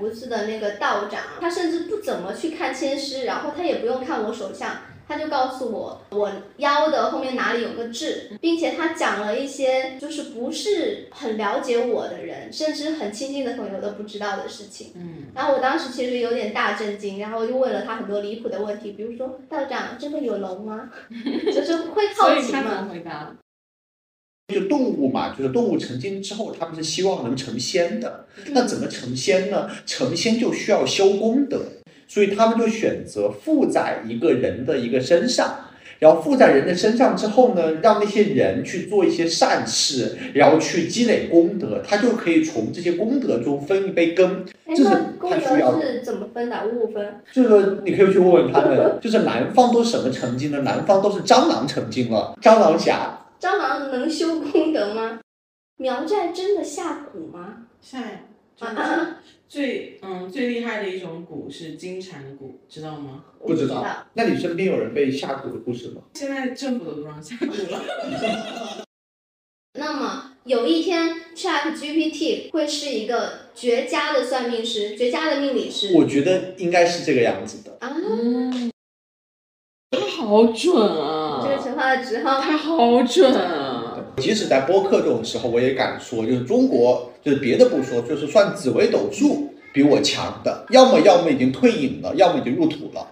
胡子的那个道长，他甚至不怎么去看签师，然后他也不用看我手相，他就告诉我我腰的后面哪里有个痣，并且他讲了一些就是不是很了解我的人，甚至很亲近的朋友都不知道的事情。然后我当时其实有点大震惊，然后就问了他很多离谱的问题，比如说道长真的有龙吗？就是会好奇嘛。 所以他怎么回答？ 就动物嘛，就是动物成精之后，他们是希望能成仙的。那怎么成仙呢？成仙就需要修功德，所以他们就选择附在一个人的一个身上，然后附在人的身上之后呢，让那些人去做一些善事，然后去积累功德，他就可以从这些功德中分一杯羹。这是功他需要的。 德是怎么分的？5分？ 这个你可以去问问他们，就是南方都是什么成精呢？南方都是蟑螂成精了，蟑螂侠。 蟑螂能修功德吗？苗寨真的下蛊吗？ 下就是最厉害的一种蛊是金蝉蛊，知道吗？ 不知道。那你身边有人被下蛊的故事吗？ 现在政府都不让下蛊了。 那么有一天 ChatGPT 会是一个绝佳的算命师，绝佳的命理师。 我觉得应该是这个样子的。 他好准啊！ 这个陈话的直号， 他好准啊！ 即使在播客这种时候，我也敢说，就是中国，就是别的不说，就是算紫微斗数比我强的，要么已经退隐了，要么已经入土了。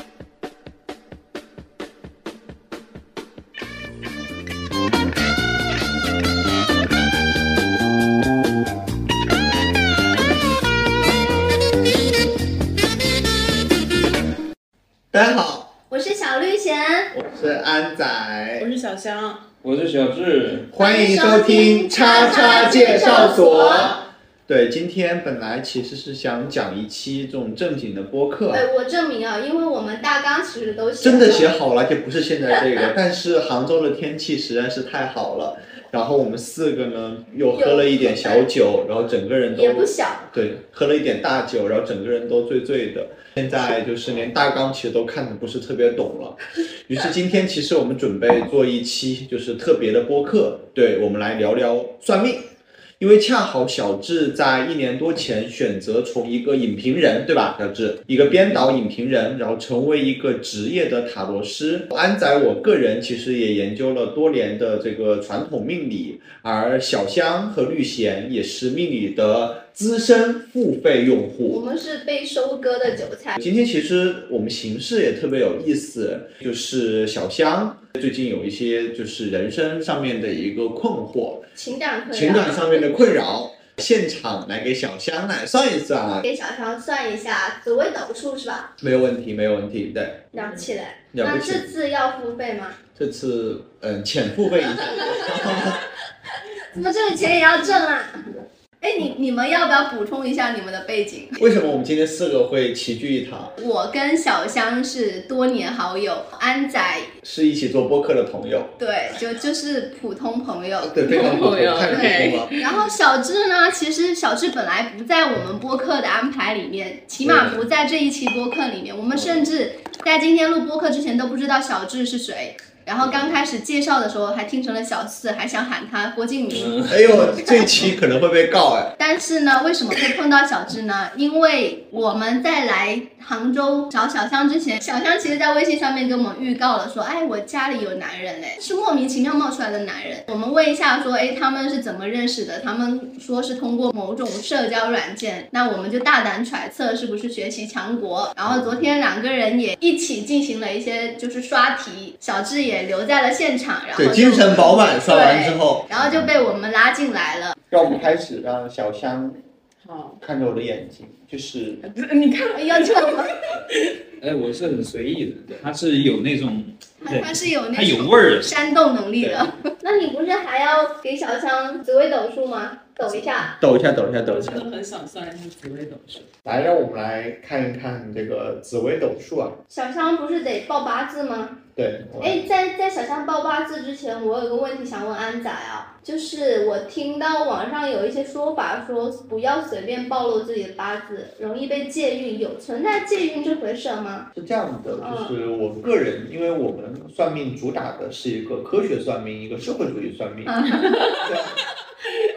大家好， 我是小绿贤， 我是安仔， 我是小香， 我是小智， 欢迎收听叉叉介绍所。对，今天本来其实是想讲一期这种正经的播客。 我证明啊，因为我们大纲其实都写真的写好了，而且不是现在这个，但是杭州的天气实在是太好了。然后我们4个呢又喝了一点小酒，然后整个人都也不小， 对，喝了一点大酒，然后整个人都醉醉的。现在就是连大纲其实都看得不是特别懂了。于是今天其实我们准备做一期就是特别的播客，对，我们来聊聊算命。因为恰好小智在1年多前选择从一个影评人，对吧？小智一个编导影评人，然后成为一个职业的塔罗师。安仔我个人其实也研究了多年的这个传统命理，而小香和绿贤也是命理的资深付费用户。 我们是被收割的韭菜。 今天其实我们形式也特别有意思，就是小香最近有一些就是人生上面的一个困惑，情感上面的困扰，现场来给小香来算一算啊， 给小香算一下紫微斗数是吧？ 没有问题，没有问题，对。 了不起嘞！那这次要付费吗？ 这次浅付费一下。 怎么这个钱也要挣啊？哎，你们要不要补充一下你们的背景？ 为什么我们今天4个会齐聚一堂？ 我跟小香是多年好友，安仔是一起做播客的朋友。 对，就是普通朋友。 对，非常普通，太普通了。 然后小智呢，其实小智本来不在我们播客的安排里面，起码不在这一期播客里面。我们甚至在今天录播客之前都不知道小智是谁。然后刚开始介绍的时候还听成了小四，还想喊他郭敬明。 哎呦，这期可能会被告哎。 但是呢，为什么会碰到小智呢？因为我们在来杭州找小香之前，小香其实在微信上面跟我们预告了说，哎，我家里有男人嘞，是莫名其妙冒出来的男人。我们问一下说，哎，他们是怎么认识的？他们说是通过某种社交软件，那我们就大胆揣测是不是学习强国。然后昨天2个人也一起进行了一些就是刷题，小智也留在了现场，然后对，精神饱满，刷完之后， 然后就被我们拉进来了。 让我们开始，让小香看着我的眼睛，就是你看， 要这样吗？ 哎，我是很随意的，他是有那种， 他是有那种他有味儿， 煽动能力的。那你不是还要给小香紫微斗数吗？抖一下。 抖一下。 我真的很想算一下紫微斗数。 来，让我们来看一看这个紫微斗数啊。 小香不是得报八字吗？ 对。 哎，在小香报八字之前，我有个问题想问安仔啊，就是我听到网上有一些说法说不要随便暴露自己的八字，容易被借运，有存在借运这回事吗？ 是这样的，就是我个人，因为我们算命主打的是一个科学算命，一个社会主义算命。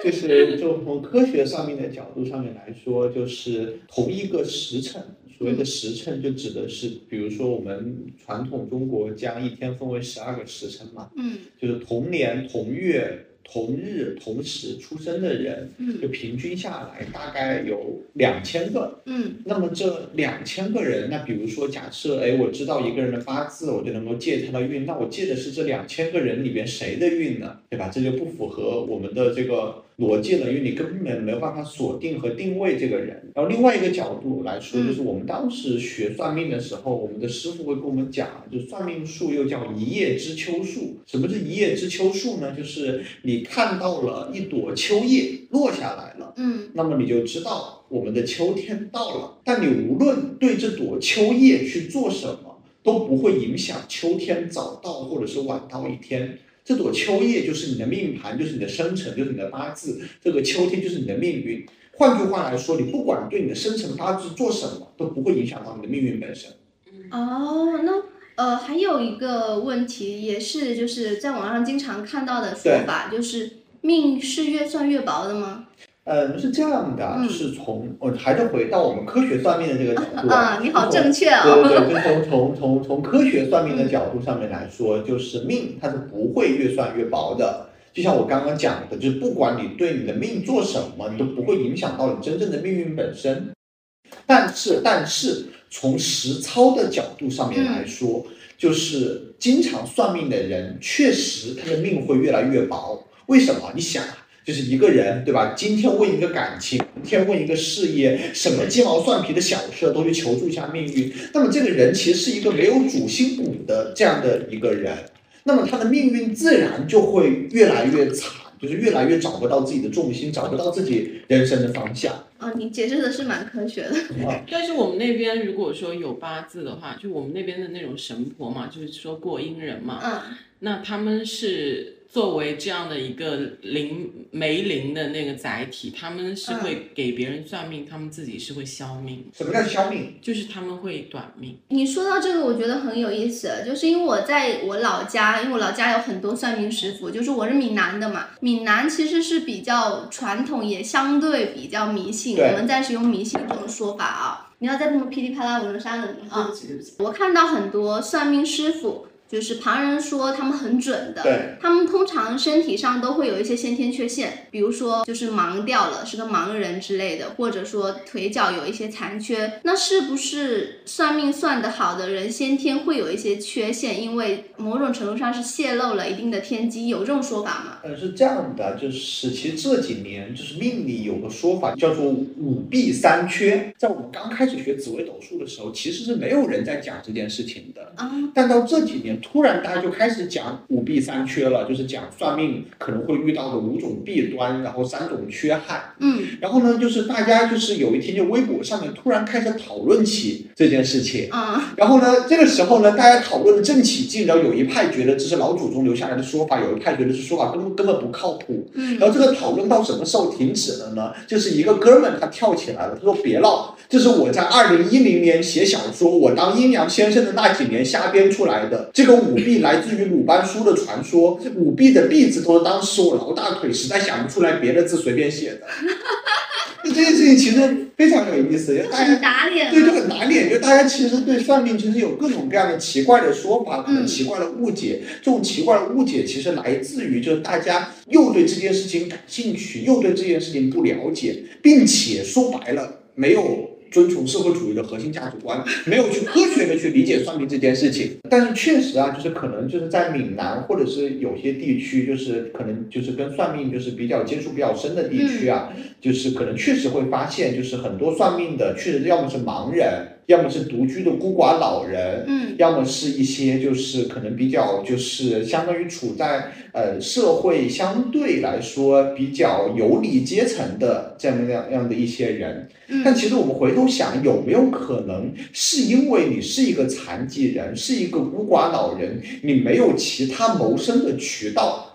就是就从科学算命的角度上面来说，就是同一个时辰。所谓的时辰就指的是，比如说我们传统中国将一天分为12个时辰嘛，就是同年同月同日同时出生的人，就平均下来大概有2000个，那么这2000个人，那比如说假设，我知道一个人的八字，我就能够借他的运，那我借的是这2000个人里边谁的运呢？对吧？这就不符合我们的这个逻辑了，因为你根本没有办法锁定和定位这个人。然后另外一个角度来说，就是我们当时学算命的时候，我们的师傅会跟我们讲，就是算命术又叫一叶知秋术。什么是一叶知秋术呢？就是你看到了一朵秋叶落下来了，那么你就知道我们的秋天到了。但你无论对这朵秋叶去做什么，都不会影响秋天早到或者是晚到一天。这朵秋叶就是你的命盘，就是你的生辰，就是你的八字，这个秋天就是你的命运。换句话来说，你不管对你的生辰八字做什么，都不会影响到你的命运本身。 那还有一个问题，也是就是在网上经常看到的说法，就是命是越算越薄的吗？ 是这样的，就是还是回到我们科学算命的这个角度你好正确哦。 对，就从科学算命的角度上面来说，就是命它是不会越算越薄的。就像我刚刚讲的，就是不管你对你的命做什么，你都不会影响到你真正的命运本身。但是从实操的角度上面来说，就是经常算命的人，确实他的命会越来越薄。为什么？你想，就是一个人，对吧？今天问一个感情，明天问一个事业，什么鸡毛蒜皮的小事都去求助一下命运。那么这个人其实是一个没有主心骨的这样的一个人，那么他的命运自然就会越来越惨，就是越来越找不到自己的重心，找不到自己人生的方向。 你解释的是蛮科学的。 但是我们那边如果说有八字的话，就我们那边的那种神婆嘛，就是说过阴人嘛，那他们是作为这样的一个没灵的那个载体，他们是会给别人算命，他们自己是会消命。 什么叫消命？ 就是他们会短命。 你说到这个，我觉得很有意思，就是因为我在我老家，因为我老家有很多算命师傅，就是我是闽南的嘛，闽南其实是比较传统，也相对比较迷信，我们暂时用迷信这种说法啊。你要再这么噼里啪啦，我能杀了你啊！我看到很多算命师傅，就是旁人说他们很准的，他们通常身体上都会有一些先天缺陷，比如说就是盲掉了，是个盲人之类的，或者说腿脚有一些残缺。那是不是算命算得好的人先天会有一些缺陷，因为某种程度上是泄露了一定的天机，有这种说法吗？ 是这样的，就是其实这几年就是命理有个说法叫做五弊三缺。在我们刚开始学紫微斗数的时候，其实是没有人在讲这件事情的，但到这几年突然大家就开始讲五弊三缺了，就是讲算命可能会遇到的5种弊端，然后3种缺憾。然后呢，就是大家就是有一天就微博上面突然开始讨论起这件事情。然后呢，这个时候呢，大家讨论的正起劲，然后有一派觉得这是老祖宗留下来的说法，有一派觉得是说法根本不靠谱。然后这个讨论到什么时候停止了呢？就是一个哥们他跳起来了，他说别闹，这是我在2010年写小说，我当阴阳先生的那几年瞎编出来的。这个五弊来自于鲁班书的传说，五弊的弊字都是当时我劳大腿实在想不出来别的字随便写的。这件事情其实非常有意思， 很打脸。 对，就很打脸，就大家其实对算命其实有各种各样的奇怪的说法，可能奇怪的误解。这种奇怪的误解其实来自于就是大家又对这件事情感兴趣，又对这件事情不了解，并且说白了没有遵从社会主义的核心价值观，没有去科学的去理解算命这件事情。但是确实啊，就是可能就是在闽南或者是有些地区，就是可能就是跟算命就是比较接触比较深的地区啊，就是可能确实会发现，就是很多算命的确实要么是盲人，要么是独居的孤寡老人，要么是一些就是可能比较就是相当于处在社会相对来说比较游离阶层的这样的一些人。但其实我们回头想，有没有可能是因为你是一个残疾人，是一个孤寡老人，你没有其他谋生的渠道，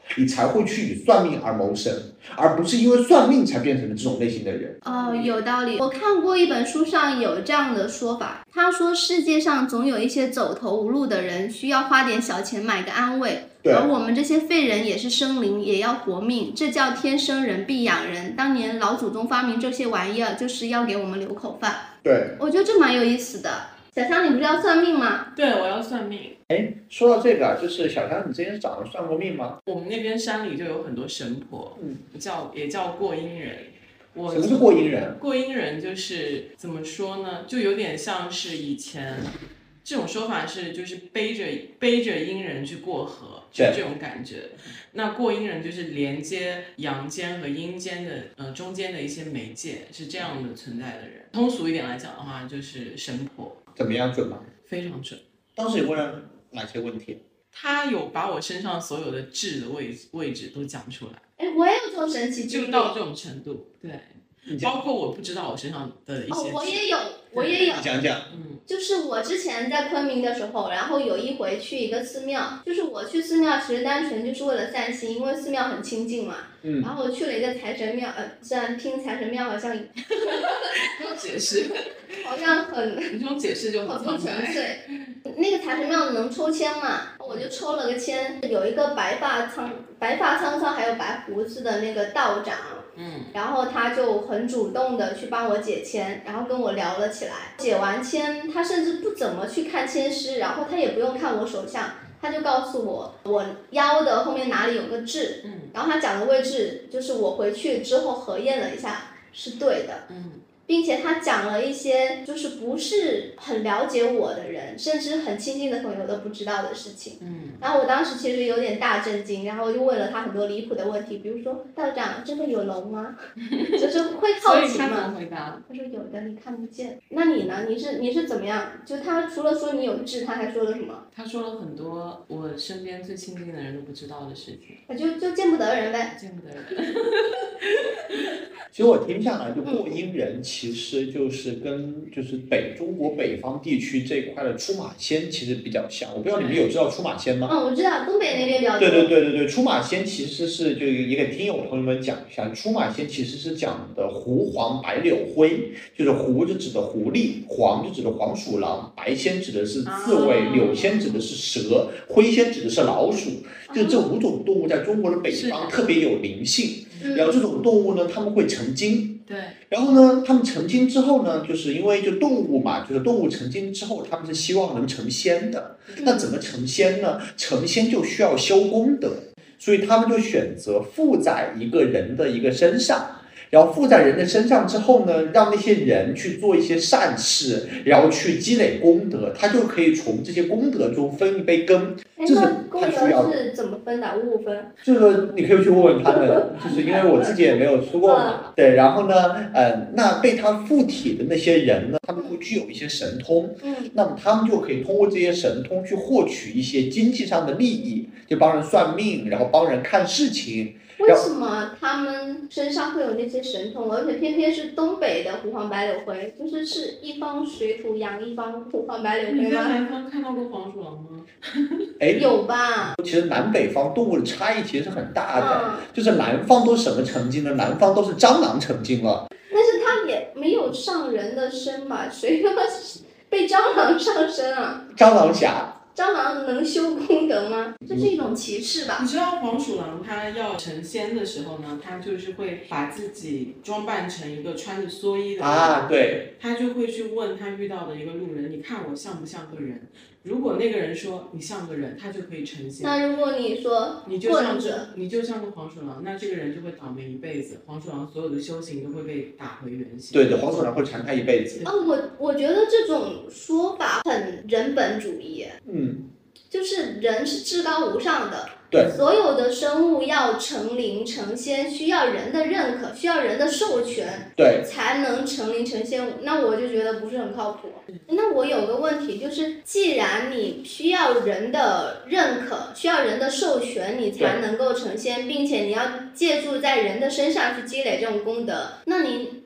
你才会去以算命而谋生，而不是因为算命才变成了这种类型的人。 哦，有道理。我看过一本书上有这样的说法，他说世界上总有一些走投无路的人，需要花点小钱买个安慰。而我们这些废人也是生灵，也要活命，这叫天生人必养人。当年老祖宗发明这些玩意儿，就是要给我们留口饭。 对， 我觉得这蛮有意思的。小香，你不是要算命吗？ 对，我要算命。 哎，说到这个，就是小香，你之前是找人算过命吗？ 我们那边山里就有很多神婆，也叫过阴人。 什么是过阴人？ 过阴人就是怎么说呢？就有点像是以前这种说法是，就是背着阴人去过河，就这种感觉。那过阴人就是连接阳间和阴间的中间的一些媒介，是这样的存在的人。通俗一点来讲的话，就是神婆。 怎么样准吗？ 非常准。 当时有问了哪些问题？ 他有把我身上所有的痣的位置都讲出来。 哎，我也有这种神奇经历， 就到这种程度，对。包括我不知道我身上的一些。 我也有。 你讲讲。 就是我之前在昆明的时候，然后有一回去一个寺庙，就是我去寺庙其实单纯就是为了散心，因为寺庙很清静嘛。然后我去了一个财神庙，这样听财神庙好像不用解释， 好像很你这种解释就很不纯粹。那个财神庙能抽签嘛？我就抽了个签，有一个白发苍苍还有白胡子的那个道长。然后他就很主动的去帮我解签，然后跟我聊了起来。解完签，他甚至不怎么去看签师，然后他也不用看我手相，他就告诉我腰的后面哪里有个痣。然后他讲的位置就是我回去之后核验了一下是对的。并且他讲了一些就是不是很了解我的人，甚至很亲近的朋友都不知道的事情。然后我当时其实有点大震惊，然后就问了他很多离谱的问题，比如说道长真的有龙吗？就是会好奇嘛。 所以他怎么回答？ 他说有的，你看不见。那你呢？你是怎么样？就他除了说你有痣，他还说了什么？ 他说了很多我身边最亲近的人都不知道的事情。 就见不得人呗。 见不得人。 其实我听下来，就过阴人其实就是跟就是中国北方地区这一块的出马仙其实比较像。我不知道你们有知道出马仙吗？ 我知道，东北那边比较多。 对，出马仙其实是就也给听友朋友们讲一下，出马仙其实是讲的狐黄白柳灰，就是狐就指的狐狸，黄就指的黄鼠狼，白仙指的是刺猬，柳仙指的是蛇，灰仙指的是老鼠。就这5种动物在中国的北方特别有灵性。然后这种动物呢，他们会成精。 对。 然后呢，他们成精之后呢，就是因为就动物嘛，就是动物成精之后，他们是希望能成仙的。那怎么成仙呢？成仙就需要修功德，所以他们就选择附在一个人的一个身上。然后附在人的身上之后呢，让那些人去做一些善事，然后去积累功德，他就可以从这些功德中分一杯羹。这是他需要的。功德是怎么分的？5分？ 这个你可以去问问他们，就是因为我自己也没有吃过嘛。对，然后呢，那被他附体的那些人呢，他们会具有一些神通。那么他们就可以通过这些神通去获取一些经济上的利益，就帮人算命，然后帮人看事情。 为什么他们身上会有那些神通，而且偏偏是东北的狐黄白柳灰，就是一方水土养一方狐黄白柳灰吗？ 你在南方看到过黄鼠狼吗？ 有吧。 其实南北方动物的差异其实是很大的。就是南方都什么成精了？南方都是蟑螂成精了。 但是它也没有上人的身吧？谁他妈被蟑螂上身啊？ 蟑螂侠。 蟑螂能修功德吗？这是一种歧视吧？ 你知道黄鼠狼它要成仙的时候呢，它就是会把自己装扮成一个穿着蓑衣的人。 对。 他就会去问他遇到的一个路人，你看我像不像个人？如果那个人说你像个人，他就可以成仙。 那如果你说你就像个黄鼠狼，那这个人就会倒霉一辈子。黄鼠狼所有的修行都会被打回原形。 对的，黄鼠狼会缠他一辈子。 我觉得这种说法很人本主义。就是人是至高无上的。 对， 所有的生物要成灵成仙，需要人的认可，需要人的授权， 对， 才能成灵成仙。那我就觉得不是很靠谱。那我有个问题，就是既然你需要人的认可，需要人的授权，你才能够成仙，并且你要借助在人的身上去积累这种功德，那你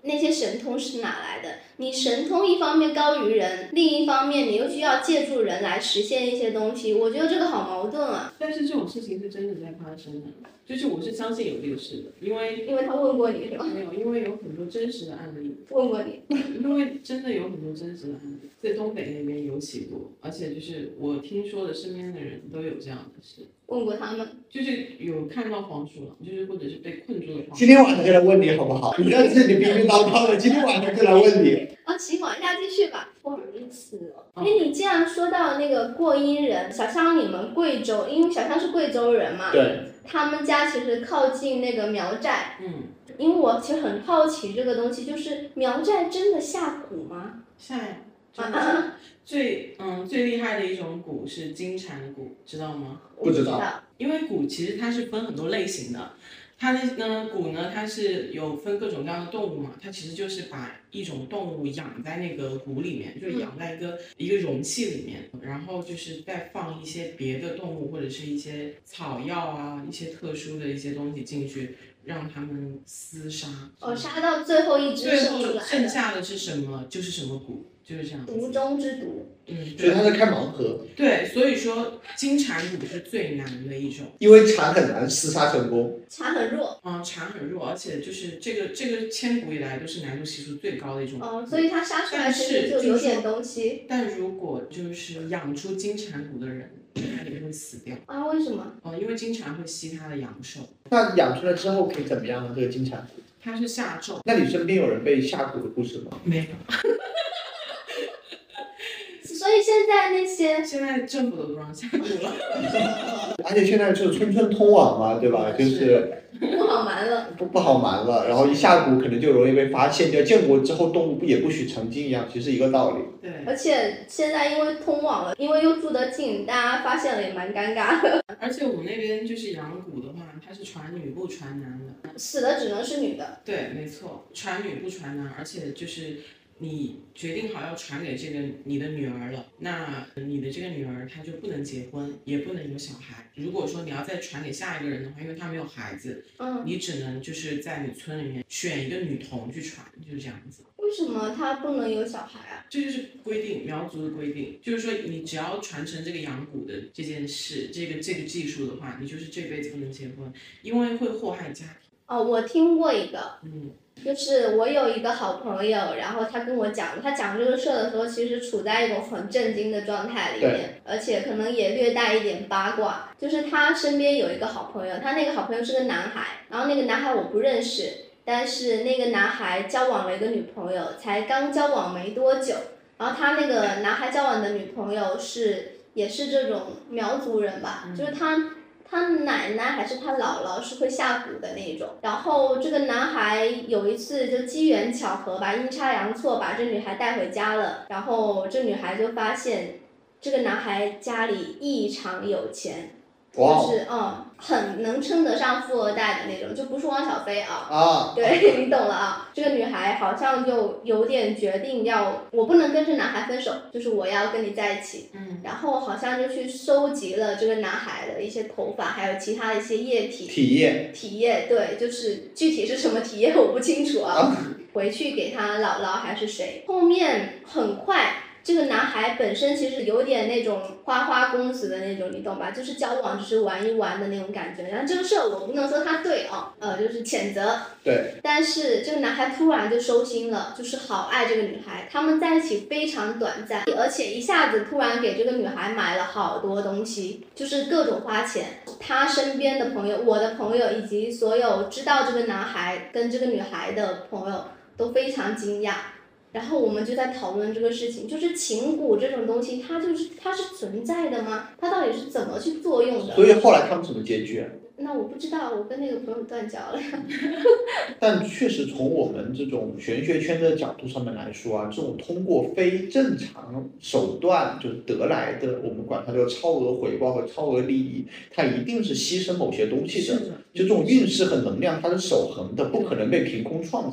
那些神通是哪来的？你神通一方面高于人，另一方面你又需要借助人来实现一些东西，我觉得这个好矛盾啊。 但是这种事情是真的在发生的，就是我是相信有这个事的，因为他问过你是吧？ 没有，因为有很多真实的案例。 问过你？ 因为真的有很多真实的案例，在东北那边尤其多，而且就是我听说的身边的人都有这样的事。 问过他们， 就是有看到黄鼠狼，就是或者是被困住的黄鼠狼。 今天晚上就来问你好不好？你在这里逼逼叨叨的，今天晚上就来问你。 行，往下继续吧。不好意思哦。你既然说到那个过阴人，小香你们贵州，因为小香是贵州人嘛， 对， 他们家其实靠近那个苗寨。因为我其实很好奇这个东西，就是苗寨真的下蛊吗？ 下呀。最厉害的一种蛊是金蝉蛊，知道吗？ 不知道。 因为蛊其实它是分很多类型的，它的蛊呢，它是有分各种各样的动物嘛，它其实就是把一种动物养在那个蛊里面，就是养在一个容器里面，然后就是再放一些别的动物或者是一些草药啊，一些特殊的一些东西进去，让他们厮杀。 杀到最后一只剩出来的。 最后剩下的是什么，就是什么蛊。就是这样， 毒中之毒。 所以他在开盲盒。 对，所以说金蝉蛊是最难的一种， 因为蝉很难厮杀成功。 蝉很弱。 蝉很弱，而且就是这个千古以来都是难度系数最高的一种。 所以它杀出来其实就有点东西。 但如果就是养出金蝉蛊的人，他也会死掉。 为什么？ 因为金蝉会吸他的阳寿。 那养出来之后可以怎么样呢？这个金蝉蛊？ 它是下咒。 那你身边有人被下蛊的故事吗？ 没有。 所以现在政府都不让下蛊了， 而且现在就是村村通网嘛，对吧？就是不好瞒了， 不好瞒了，然后一下蛊可能就容易被发现，就建国之后动物也不许成精一样，其实是一个道理。 对， 而且现在因为通网了，因为又住得近，大家发现了也蛮尴尬的。 而且我们那边就是养蛊的话，它是传女不传男的， 死的只能是女的。 对，没错，传女不传男，而且就是你决定好要传给这个你的女儿了，那你的这个女儿她就不能结婚，也不能有小孩。如果说你要再传给下一个人的话，因为她没有孩子，你只能就是在你村里面选一个女童去传，就是这样子。 为什么她不能有小孩啊？ 这就是规定，苗族的规定，就是说你只要传承这个养蛊的这件事，这个技术的话，你就是这辈子不能结婚，因为会祸害家庭。 我听过一个，就是我有一个好朋友，然后他跟我讲，他讲这个事的时候，其实处在一种很震惊的状态里面，而且可能也略带一点八卦。就是他身边有一个好朋友，他那个好朋友是个男孩，然后那个男孩我不认识，但是那个男孩交往了一个女朋友，才刚交往没多久，然后他那个男孩交往的女朋友也是这种苗族人吧，就是他奶奶还是他姥姥是会下蛊的那种，然后这个男孩有一次就机缘巧合吧，阴差阳错把这女孩带回家了，然后这女孩就发现这个男孩家里异常有钱，就是很能称得上富二代的那种，就不是汪小菲对，你懂了啊。这个女孩好像就有点决定我不能跟这男孩分手，就是我要跟你在一起。然后好像就去收集了这个男孩的一些头发，还有其他的一些液体。体液，对，就是具体是什么体液我不清楚啊。回去给他姥姥还是谁。后面很快。这个男孩本身其实有点那种花花公子的那种，你懂吧？就是交往只是玩一玩的那种感觉。然后这个事儿我不能说他对就是谴责。 对。 但是这个男孩突然就收心了，就是好爱这个女孩，他们在一起非常短暂，而且一下子突然给这个女孩买了好多东西，就是各种花钱。他身边的朋友，我的朋友以及所有知道这个男孩跟这个女孩的朋友都非常惊讶。然后我们就在讨论这个事情，就是情蛊这种东西，它是存在的吗？它到底是怎么去作用的？ 所以后来他们什么结局？ 那我不知道，我跟那个朋友断交了呀。 但确实从我们这种玄学圈的角度上面来说这种通过非正常手段就是得来的，我们管它叫超额回报和超额利益，它一定是牺牲某些东西的。就这种运势和能量，它是守恒的，不可能被凭空创造。 它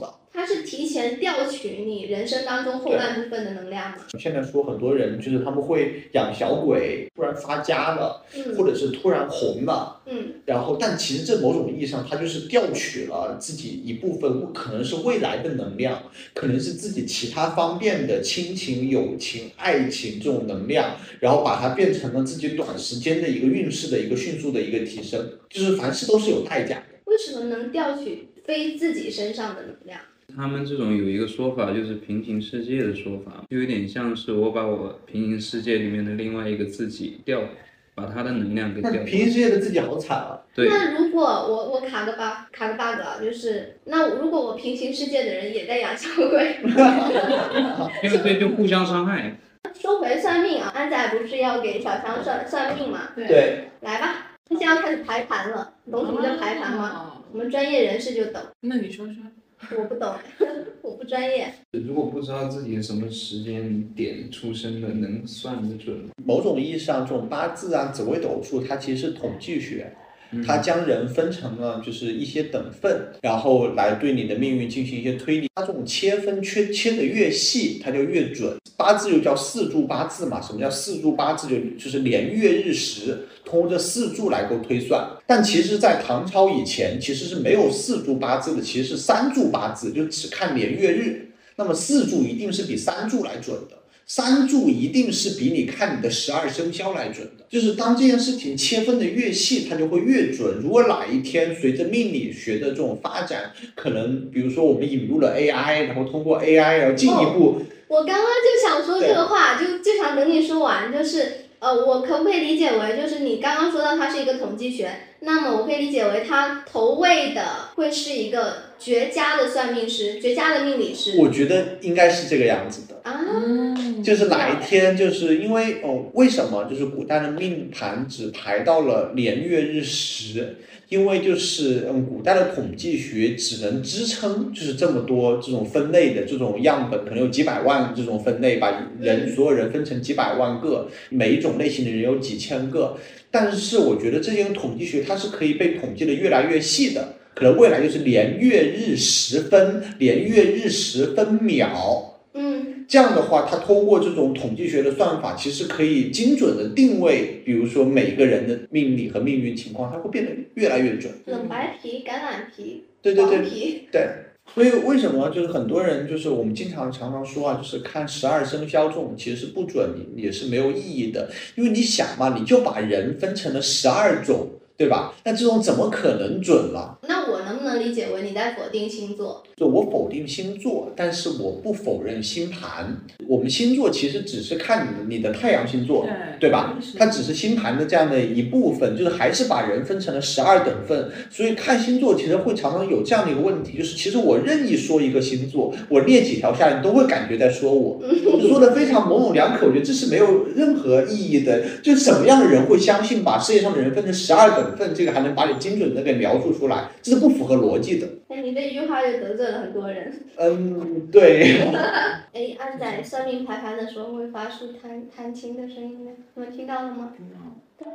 是提前调取你人生当中后半部分的能量吗？ 现在说很多人就是他们会养小鬼，突然发家了，或者是突然红了，然后但其实这某种意义上，他就是调取了自己一部分，可能是未来的能量，可能是自己其他方面的亲情、友情、爱情这种能量，然后把它变成了自己短时间的一个运势的一个迅速的一个提升，就是凡事都是有代价的。 为什么能调取非自己身上的能量？ 他们这种有一个说法，就是平行世界的说法，就有点像是我把我平行世界里面的另外一个自己把他的能量给调。 平行世界的自己好惨啊！ 对。 那如果我卡个 bug 啊，就是那如果我平行世界的人也在养小鬼， 对，就互相伤害。 说回算命啊，安仔不是要给小强算命吗？ 对， 来吧，现在要开始排盘了，懂什么叫排盘吗？我们专业人士就懂。 那你说说。 我不懂，我不专业。 如果不知道自己什么时间点出生的，能算得准吗？ 某种意义上，这种八字啊、紫微斗数，它其实是统计学。它将人分成了就是一些等份，然后来对你的命运进行一些推理。它这种切分切的越细，它就越准。八字又叫四柱八字嘛，什么叫四柱八字？就是年月日时，通过这四柱来够推算。但其实在唐朝以前其实是没有四柱八字的，其实是三柱八字，就只看年月日。那么四柱一定是比三柱来准的，三柱一定是比你看你的12生肖来准的。就是当这件事情切分的越细，它就会越准。如果哪一天随着命理学的这种发展，可能比如说我们引入了 AI， 然后通过 AI 然后进一步， 我刚刚就想说这个话，就想等你说完，就是我可不可以理解为，就是你刚刚说到它是一个统计学，那么我可以理解为它头位的会是一个绝佳的算命师，绝佳的命理师。 我觉得应该是这个样子的啊， 就是哪一天，就是因为为什么就是古代的命盘只排到了年月日时？因为就是古代的统计学只能支撑就是这么多这种分类的这种样本，可能有几百万这种分类，把所有人分成几百万个，每一种类型的人有几千个。但是我觉得这些统计学它是可以被统计的越来越细的，可能未来就是年月日时分，年月日时分秒。这样的话，它通过这种统计学的算法，其实可以精准的定位，比如说每个人的命理和命运情况，它会变得越来越准。 冷白皮、橄榄皮、 黄皮， 对。所以为什么就是很多人就是我们常常说啊，就是看12生肖这种其实是不准，也是没有意义的，因为你想嘛，你就把人分成了12种，对吧？那这种怎么可能准了？ 那我能不能理解为你在否定星座？ 就我否定星座，但是我不否认星盘。我们星座其实只是看你的太阳星座，对吧？它只是星盘的这样的一部分，就是还是把人分成了12等份。所以看星座其实会常常有这样的一个问题，就是其实我任意说一个星座，我列几条下来，你都会感觉在说我，说的非常模棱两可。我觉得这是没有任何意义的。就是什么样的人会相信把世界上的人分成12等份，这个还能把你精准的给描述出来？这是不符合逻辑的。 那你这一句话就得罪了很多人。 对。 安仔算命排盘的时候会发出弹琴的声音呢，你们听到了吗？ 听到。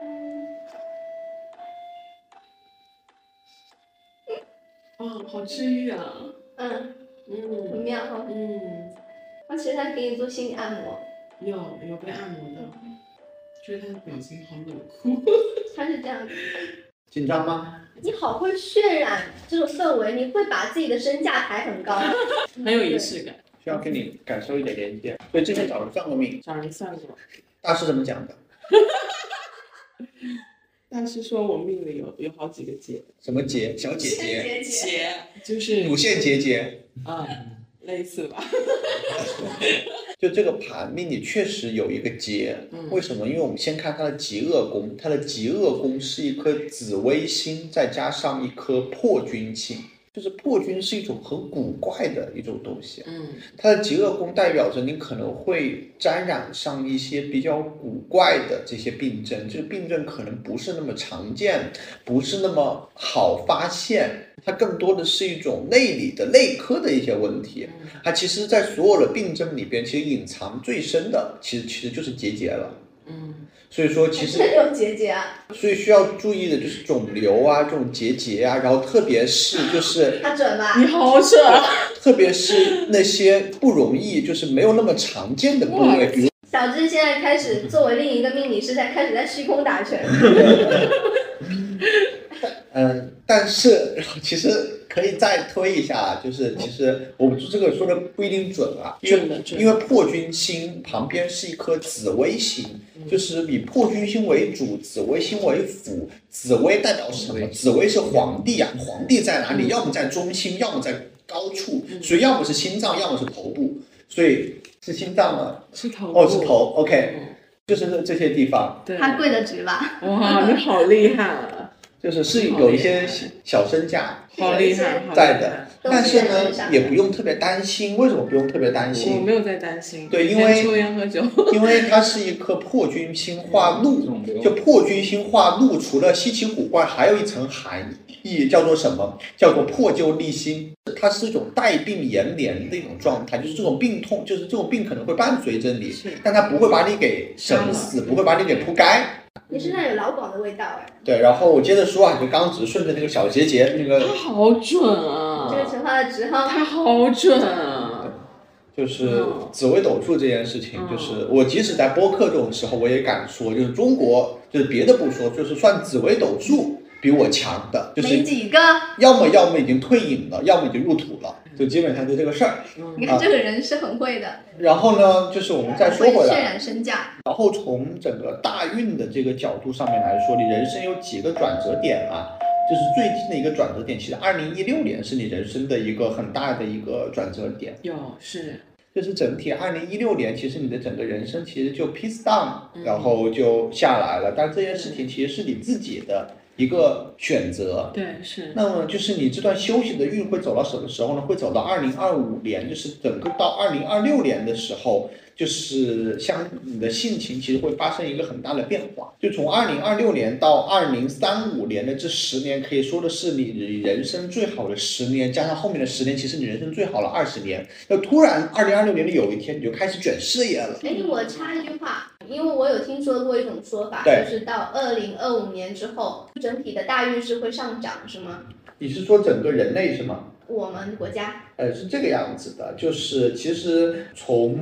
哦，好治愈啊！ 很妙哈。而且他给你做心理按摩。 有被按摩的，觉得他的表情好冷酷。 他是这样子。 紧张吗？ 你好会渲染这种氛围，你会把自己的身价抬很高， 很有仪式感。 需要跟你感受一点连接。所以之前找人算过命， 找人算过。 大师怎么讲的？ 大师说我命里有好几个劫。 什么劫？小姐姐。 劫就是乳腺结节。 类似吧。 就这个盘命里确实有一个劫，为什么？因为我们先看它的极恶宫，它的极恶宫是一颗紫微星，再加上一颗破军星。就是破军是一种很古怪的一种东西，它的极恶宫代表着你可能会沾染上一些比较古怪的这些病症，这个病症可能不是那么常见，不是那么好发现，它更多的是一种内里的内科的一些问题。它其实在所有的病症里边，其实隐藏最深的其实就是结节了。 所以说其实真有结节啊。 所以需要注意的就是肿瘤啊，这种结节啊，然后特别是就是他准吧？ 你好准啊！ 特别是那些不容易就是没有那么常见的部位，比如小智现在开始作为另一个命理师，开始在虚空打拳。 但是其实可以再推一下，就是其实我们这个说的不一定准啊，因为破军星旁边是一颗紫微星，就是以破军星为主，紫微星为辅。紫微代表什么？紫微是皇帝啊，皇帝在哪里？要么在中心，要么在高处，所以要么是心脏，要么是头部。所以是心脏吗？ 是头部。 哦，是头。OK，就是这些地方。 对， 他跪得直吧？ 哇，你好厉害啊！ 就是有一些小身价好厉害在的，但是呢也不用特别担心。为什么不用特别担心？ 我没有在担心。 对，因为抽烟喝酒， 因为它是一颗破军星化禄，就破军星化禄，除了稀奇古怪，还有一层含义叫做什么？叫做破旧立新。它是一种带病延年的一种状态，就是这种病痛，就是这种病可能会伴随着你，但它不会把你给整死，不会把你给扑街。 你身上有老广的味道哎。 对，然后我接着说啊，就刚只是顺着那个小结节那个。 他好准啊！ 这个陈化的直号。 他好准啊！ 就是紫微斗数这件事情，就是我即使在播客这种时候，我也敢说，就是中国，就是别的不说，就是算紫微斗数比我强的，就是没几个。 要么已经退隐了，要么已经入土了，就基本上就这个事儿。 你看这个人是很会的。 然后呢，就是我们再说回来， 渲染身价。 然后从整个大运的这个角度上面来说，你人生有几个转折点啊？就是最近的一个转折点，其实2016年是你人生的一个很大的一个转折点。就是整体2016年，其实你的整个人生其实就 peace down，然后就下来了。但这件事情其实是你自己的一个选择。 对，是。 那么就是你这段休息的运会走到什么时候呢？会走到2025年，就是整个到2026年的时候。就是像你的性情其实会发生一个很大的变化，就从2026年到2035年的这10年，可以说的是你人生最好的10年，加上后面的10年，其实你人生最好的20年。那突然2026年的有一天，你就开始卷事业了。 我插一句话，因为我有听说过一种说法，就是到2025年之后，整体的大运势会上涨，是吗？ 你是说整个人类是吗？ 我们国家是这个样子的，就是其实从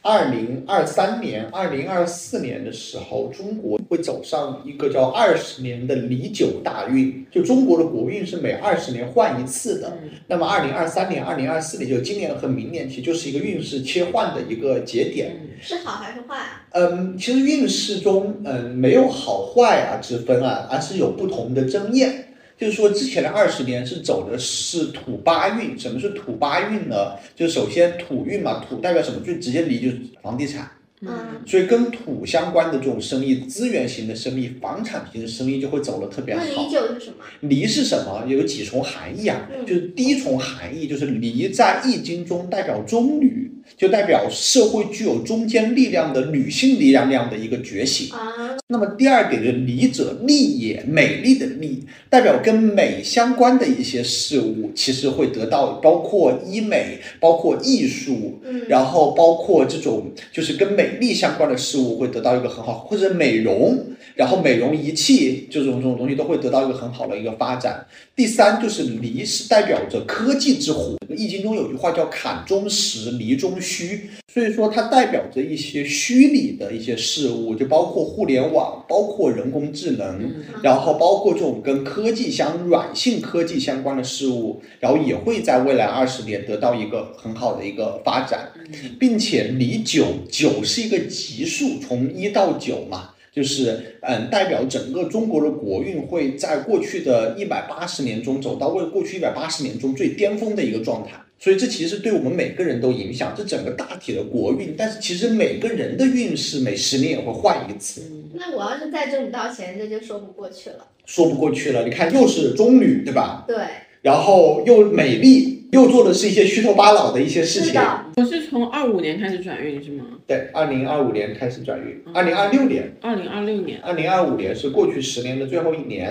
2023年、2024年的时候，中国会走上一个叫20年的离九大运，就中国的国运是每20年换一次的。那么2023年、2024年，就今年和明年，其实就是一个运势切换的一个节点。 是好还是坏啊？ 其实运势中没有好坏啊之分啊，而是有不同的争验。就是说，之前的20年是走的是土八运。什么是土八运呢？就是首先土运嘛，土代表什么？最直接离就是房地产。所以跟土相关的这种生意，资源型的生意、房产型的生意就会走得特别好。 那离九是什么？ 离是什么？有几重含义啊？就是第一重含义就是离在易经中代表中女，就代表社会具有中坚力量的女性力量那样的一个觉醒。那么第二点就是离者丽也，美丽的丽，代表跟美相关的一些事物，其实会得到包括医美，包括艺术，然后包括这种就是跟美丽相关的事物会得到一个很好，或者美容，然后美容仪器这种东西都会得到一个很好的一个发展。第三就是离是代表着科技之火，易经中有句话叫坎中实，离中虚，所以说它代表着一些虚拟的一些事物，就包括互联网，包括人工智能，然后包括这种跟科技软性科技相关的事物，然后也会在未来20年得到一个很好的一个发展，并且离九是一个级数，从1到9嘛。就是代表整个中国的国运会在过去的180年中走到过去180年中最巅峰的一个状态，所以这其实对我们每个人都影响，这整个大体的国运。但是其实每个人的运势每10年也会换一次。 那我要是再挣不到钱，这就说不过去了。 说不过去了，你看又是中女，对吧？ 对。 然后又美丽，又做的是一些虚头巴脑的一些事情。 我是从25年开始转运是吗？ 对，2025年开始转运，2026年。 2026年。 2025年是过去10年的最后一年。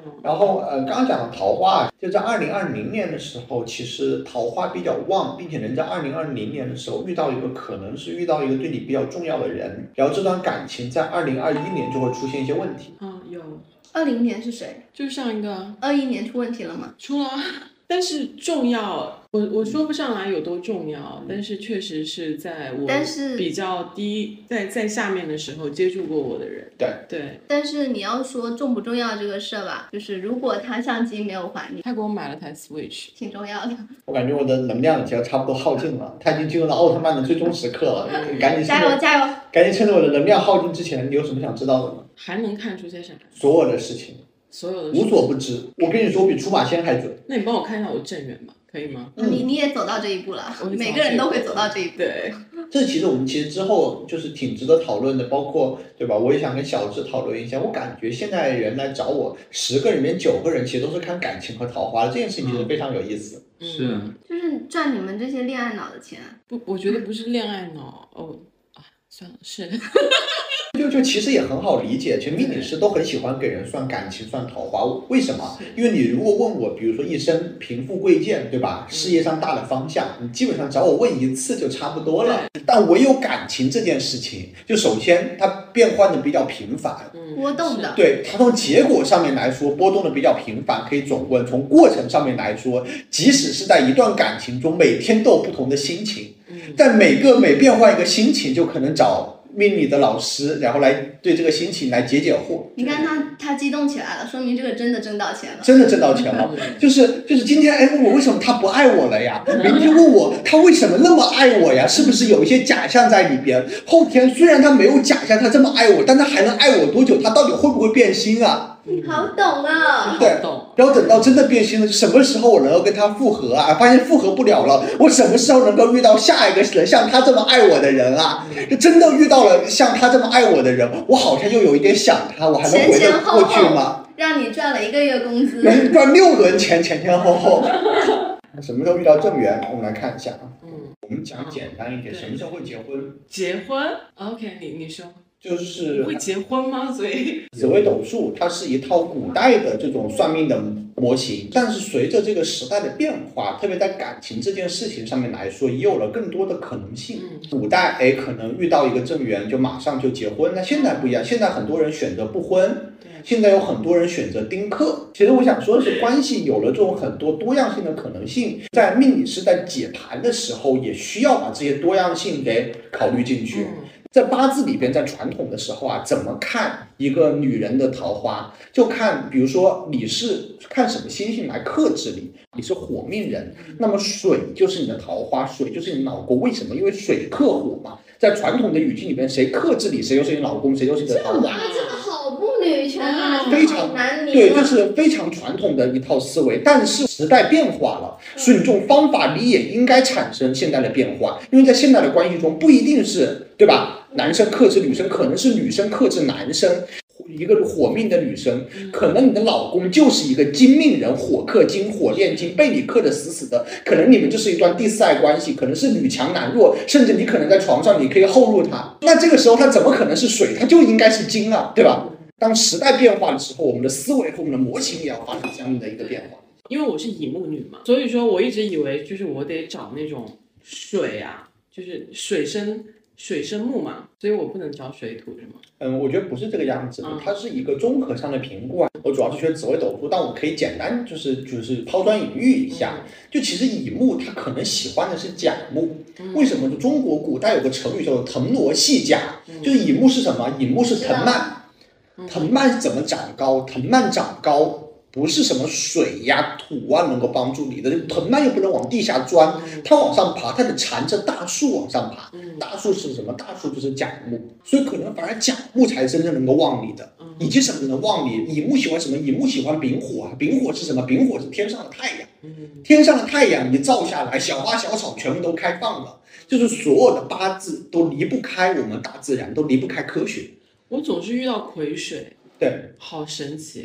然后刚刚讲的桃花，就在2020年的时候，其实桃花比较旺，并且能在2020年的时候可能是遇到一个对你比较重要的人，然后这段感情在2021年就会出现一些问题。 有。 20年是谁？ 就是上一个。 21年出问题了吗？ 出了，但是重要，我说不上来有多重要，但是确实是在我比较低在下面的时候接触过我的人。对。 但是你要说重不重要这个事吧，就是如果他相机没有还你， 他给我买了台 Switch， 挺重要的。 我感觉我的能量已经差不多耗尽了，他已经进入了奥特曼的最终时刻了，赶紧加油！ 赶紧趁着我的能量耗尽之前，你有什么想知道的吗？ 还能看出些啥？ 所有的事情。无所不知。我跟你说，我比出马仙还准。 那你帮我看一下我正缘吧，可以吗？ 你也走到这一步了，每个人都会走到这一步。 对， 这其实我们之后就是挺值得讨论的，包括对吧？我也想跟小智讨论一下。我感觉现在人来找我，10个里面9个人其实都是看感情和桃花的，这件事情其实非常有意思。 是， 就是赚你们这些恋爱脑的钱。 不，我觉得不是恋爱脑算了，是。 就其实也很好理解，其实命理师都很喜欢给人算感情、算桃花，为什么？因为你如果问我，比如说一生贫富贵贱，对吧？事业上大的方向，你基本上找我问一次就差不多了。但唯有感情这件事情，就首先它变换的比较频繁， 波动的。 对，它从结果上面来说波动的比较频繁，可以总问；从过程上面来说，即使是在一段感情中，每天都有不同的心情，但每变换一个心情，就可能找命理的老师，然后来对这个心情来解惑。 你看他激动起来了，说明这个真的挣到钱了。 真的挣到钱了，就是今天问我为什么他不爱我了呀？明天问我他为什么那么爱我呀？是不是有一些假象在里边？后天虽然他没有假象，他这么爱我，但他还能爱我多久？他到底会不会变心啊？ 你好懂啊！ 对，然后等到真的变心了，什么时候我能够跟他复合啊？发现复合不了了，我什么时候能够遇到下一个人像他这么爱我的人啊？真的遇到了像他这么爱我的人，我好像又有一点想他，我还能回得过去吗？ 让你赚了1个月工资， 赚6轮钱，前后。什么时候遇到正缘？我们来看一下啊。我们讲简单一点，什么时候会结婚？ 结婚 ？OK， 你说。 就是会结婚吗？所以紫微斗数它是一套古代的这种算命的模型，但是随着这个时代的变化，特别在感情这件事情上面来说，也有了更多的可能性。古代可能遇到一个正缘就马上就结婚，那现在不一样，现在很多人选择不婚，现在有很多人选择丁克。其实我想说的是，关系有了这种很多多样性的可能性，在命理师在解盘的时候，也需要把这些多样性给考虑进去。在八字里边，在传统的时候啊，怎么看一个女人的桃花？就看，比如说你是看什么星星来克制你，你是火命人，那么水就是你的桃花，水就是你老公。为什么？因为水克火嘛。在传统的语境里边，谁克制你，谁就是你老公，谁就是你的桃花。 这个好不女权啊， 非常男女。 对，就是非常传统的一套思维。但是时代变化了，所以这种方法你也应该产生现在的变化，因为在现在的关系中，不一定是对吧？男生克制女生，可能是女生克制男生。一个火命的女生，可能你的老公就是一个金命人，火克金，火炼金，被你克得死死的。可能你们就是一段第4爱关系，可能是女强男弱，甚至你可能在床上你可以后入他。那这个时候他怎么可能是水？他就应该是金啊，对吧？当时代变化的时候，我们的思维和我们的模型也要发生相应的一个变化。 因为我是乙木女嘛，所以说我一直以为就是我得找那种水啊，就是水生木嘛，所以我不能找水土是吗？ 我觉得不是这个样子的，它是一个综合上的评估啊。我主要是学紫微斗数，但我可以简单就是抛砖引玉一下。就其实乙木他可能喜欢的是甲木，为什么？就中国古代有个成语叫做腾挪系甲，就是乙木是什么？乙木是藤蔓，藤蔓怎么长高？藤蔓长高。不是什么水呀、土啊能够帮助你的，藤蔓又不能往地下钻，它往上爬，它得缠着大树往上爬。大树是什么？大树就是甲木，所以可能反而甲木才真正能够旺你的。以及什么能旺你？乙木喜欢什么？乙木喜欢丙火啊，丙火是什么？丙火是天上的太阳。天上的太阳一照下来，小花小草全部都开放了，就是所有的八字都离不开我们大自然，都离不开科学。 我总是遇到癸水， 对， 好神奇。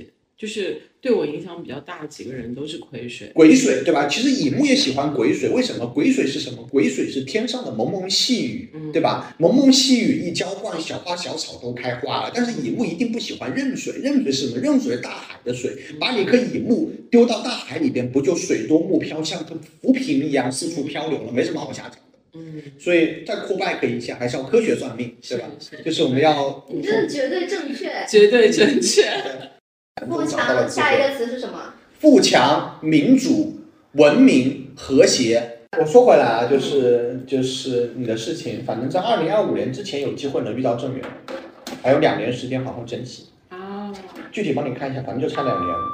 就是对我影响比较大的几个人都是癸水。 癸水对吧？其实乙木也喜欢癸水，为什么？癸水是什么？癸水是天上的蒙蒙细雨，对吧？蒙蒙细雨一浇灌，小花小草都开花了。但是乙木一定不喜欢壬水，壬水是什么？壬水是大海的水，把你颗乙木丢到大海里边，不就水多木飘，像个浮萍一样四处漂流了，没什么好下场。所以再扩拜可以一下，还是要科学算命，对吧？就是我们要， 你这绝对正确， 绝对正确。 富强，下一个词是什么？ 富强、民主、文明、和谐。我说回来啊，就是你的事情，反正在2025年之前有机会能遇到正缘，还有2年时间，好好珍惜。具体帮你看一下，反正就差2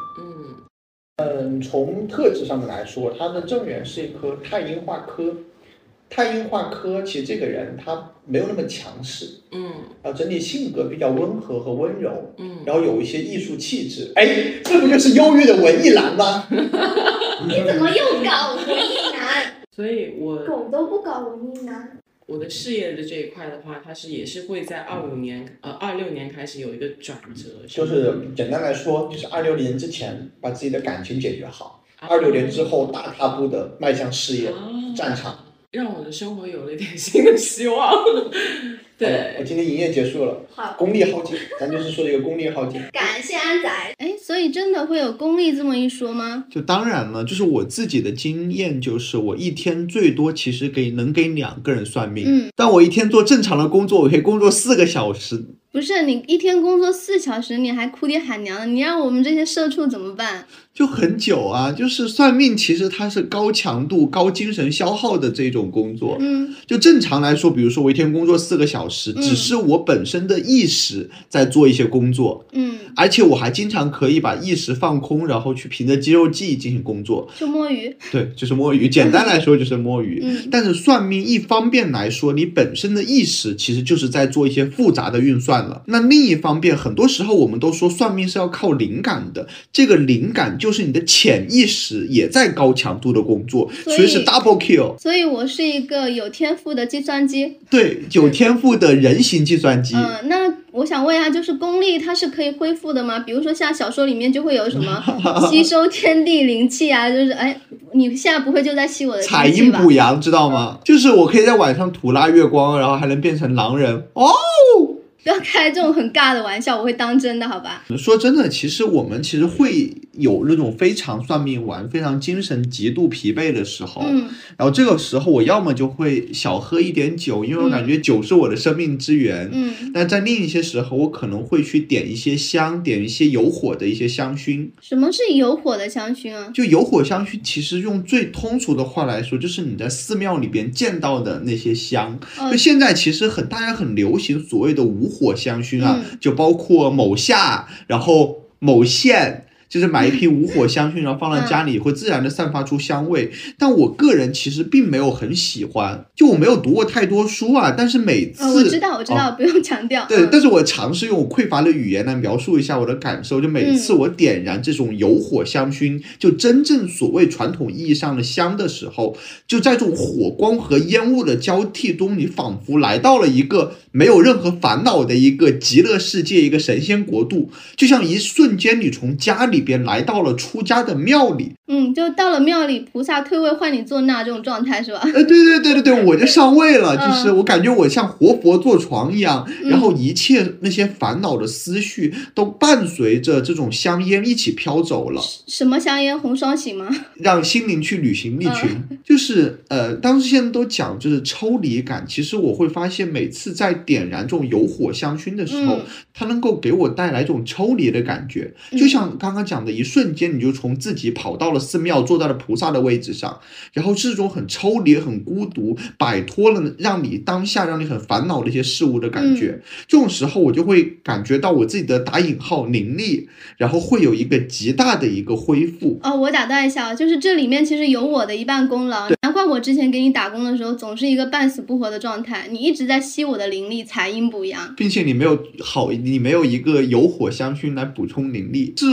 年。从特质上面来说，他的正缘是一颗太阴化科。太阴化科其实这个人他没有那么强势，然后整体性格比较温和和温柔，然后有一些艺术气质。哎，这不就是忧郁的文艺男吗？ 你怎么又搞文艺男？ 所以我狗都不搞文艺男。 我的事业的这一块的话，它也是会在26年开始有一个转折。 就是简单来说，就是26年之前把自己的感情解决好，26年之后大踏步的迈向事业战场。 让我的生活有了一点新的希望。对， 我今天营业结束了， 好， 功力耗尽，咱就是说一个功力耗尽。 感谢安仔。哎，所以真的会有功力这么一说吗？ 就当然了，就是我自己的经验，就是我一天最多其实能给2个人算命，但我一天做正常的工作，我可以工作4个小时。 不是，你一天工作4小时，你还哭爹喊娘的，你让我们这些社畜怎么办？ 就很久啊，就是算命其实它是高强度高精神消耗的这种工作。就正常来说，比如说我一天工作4个小时，只是我本身的意识在做一些工作，而且我还经常可以把意识放空，然后去凭着肌肉记忆进行工作， 就摸鱼。 对，就是摸鱼，简单来说就是摸鱼。但是算命一方面来说，你本身的意识其实就是在做一些复杂的运算了。那另一方面，很多时候我们都说算命是要靠灵感的，这个灵感就是你的潜意识也在高强度的工作，所以是 double kill。 所以我是一个有天赋的计算机。 对，有天赋的人形计算机。 那我想问一下，就是功力它是可以恢复的吗？比如说像小说里面就会有什么吸收天地灵气啊，就是你现在不会就在吸我的采阴补阳，知道吗？就是我可以在晚上吐拉月光，然后还能变成狼人哦。 不要开这种很尬的玩笑，我会当真的，好吧？ 说真的，我们其实会有那种非常算命完，非常精神极度疲惫的时候，然后这个时候我要么就会小喝一点酒，因为我感觉酒是我的生命之源，但在另一些时候我可能会去点一些香，点一些有火的一些香薰。 什么是有火的香薰啊？ 就有火香薰其实用最通俗的话来说，就是你在寺庙里边见到的那些香。就现在其实大家很流行所谓的无火香薰啊，就包括某夏，然后某县，就是买一瓶无火香薰，然后放在家里会自然的散发出香味。但我个人其实并没有很喜欢，就我没有读过太多书啊，但是每次我知道，不用强调。 对，但是我尝试用我匮乏的语言来描述一下我的感受，就每次我点燃这种有火香薰，就真正所谓传统意义上的香的时候，就在这种火光和烟雾的交替中，你仿佛来到了一个没有任何烦恼的一个极乐世界，一个神仙国度，就像一瞬间你从家里边来到了出家的庙里。 就到了庙里，菩萨退位换你做那这种状态是吧？ 对，我就上位了，就是我感觉我像活佛坐床一样，然后一切那些烦恼的思绪都伴随着这种香烟一起飘走了。 什么香烟？红双喜吗？ 让心灵去旅行利群。就是当时现在都讲就是抽离感，其实我会发现每次在点燃这种有火香薰的时候，它能够给我带来一种抽离的感觉，就像刚刚讲的，一瞬间你就从自己跑到了寺庙，坐在了菩萨的位置上，然后是这种很抽离很孤独，摆脱了让你当下让你很烦恼的一些事物的感觉。这种时候我就会感觉到我自己的打引号灵力，然后会有一个极大的一个恢复。 我打断一下，就是这里面其实有我的一半功劳，难怪我之前给你打工的时候总是一个半死不活的状态，你一直在吸我的灵力，采阴补阳， 并且你没有一个有火香薰来补充灵力。这种时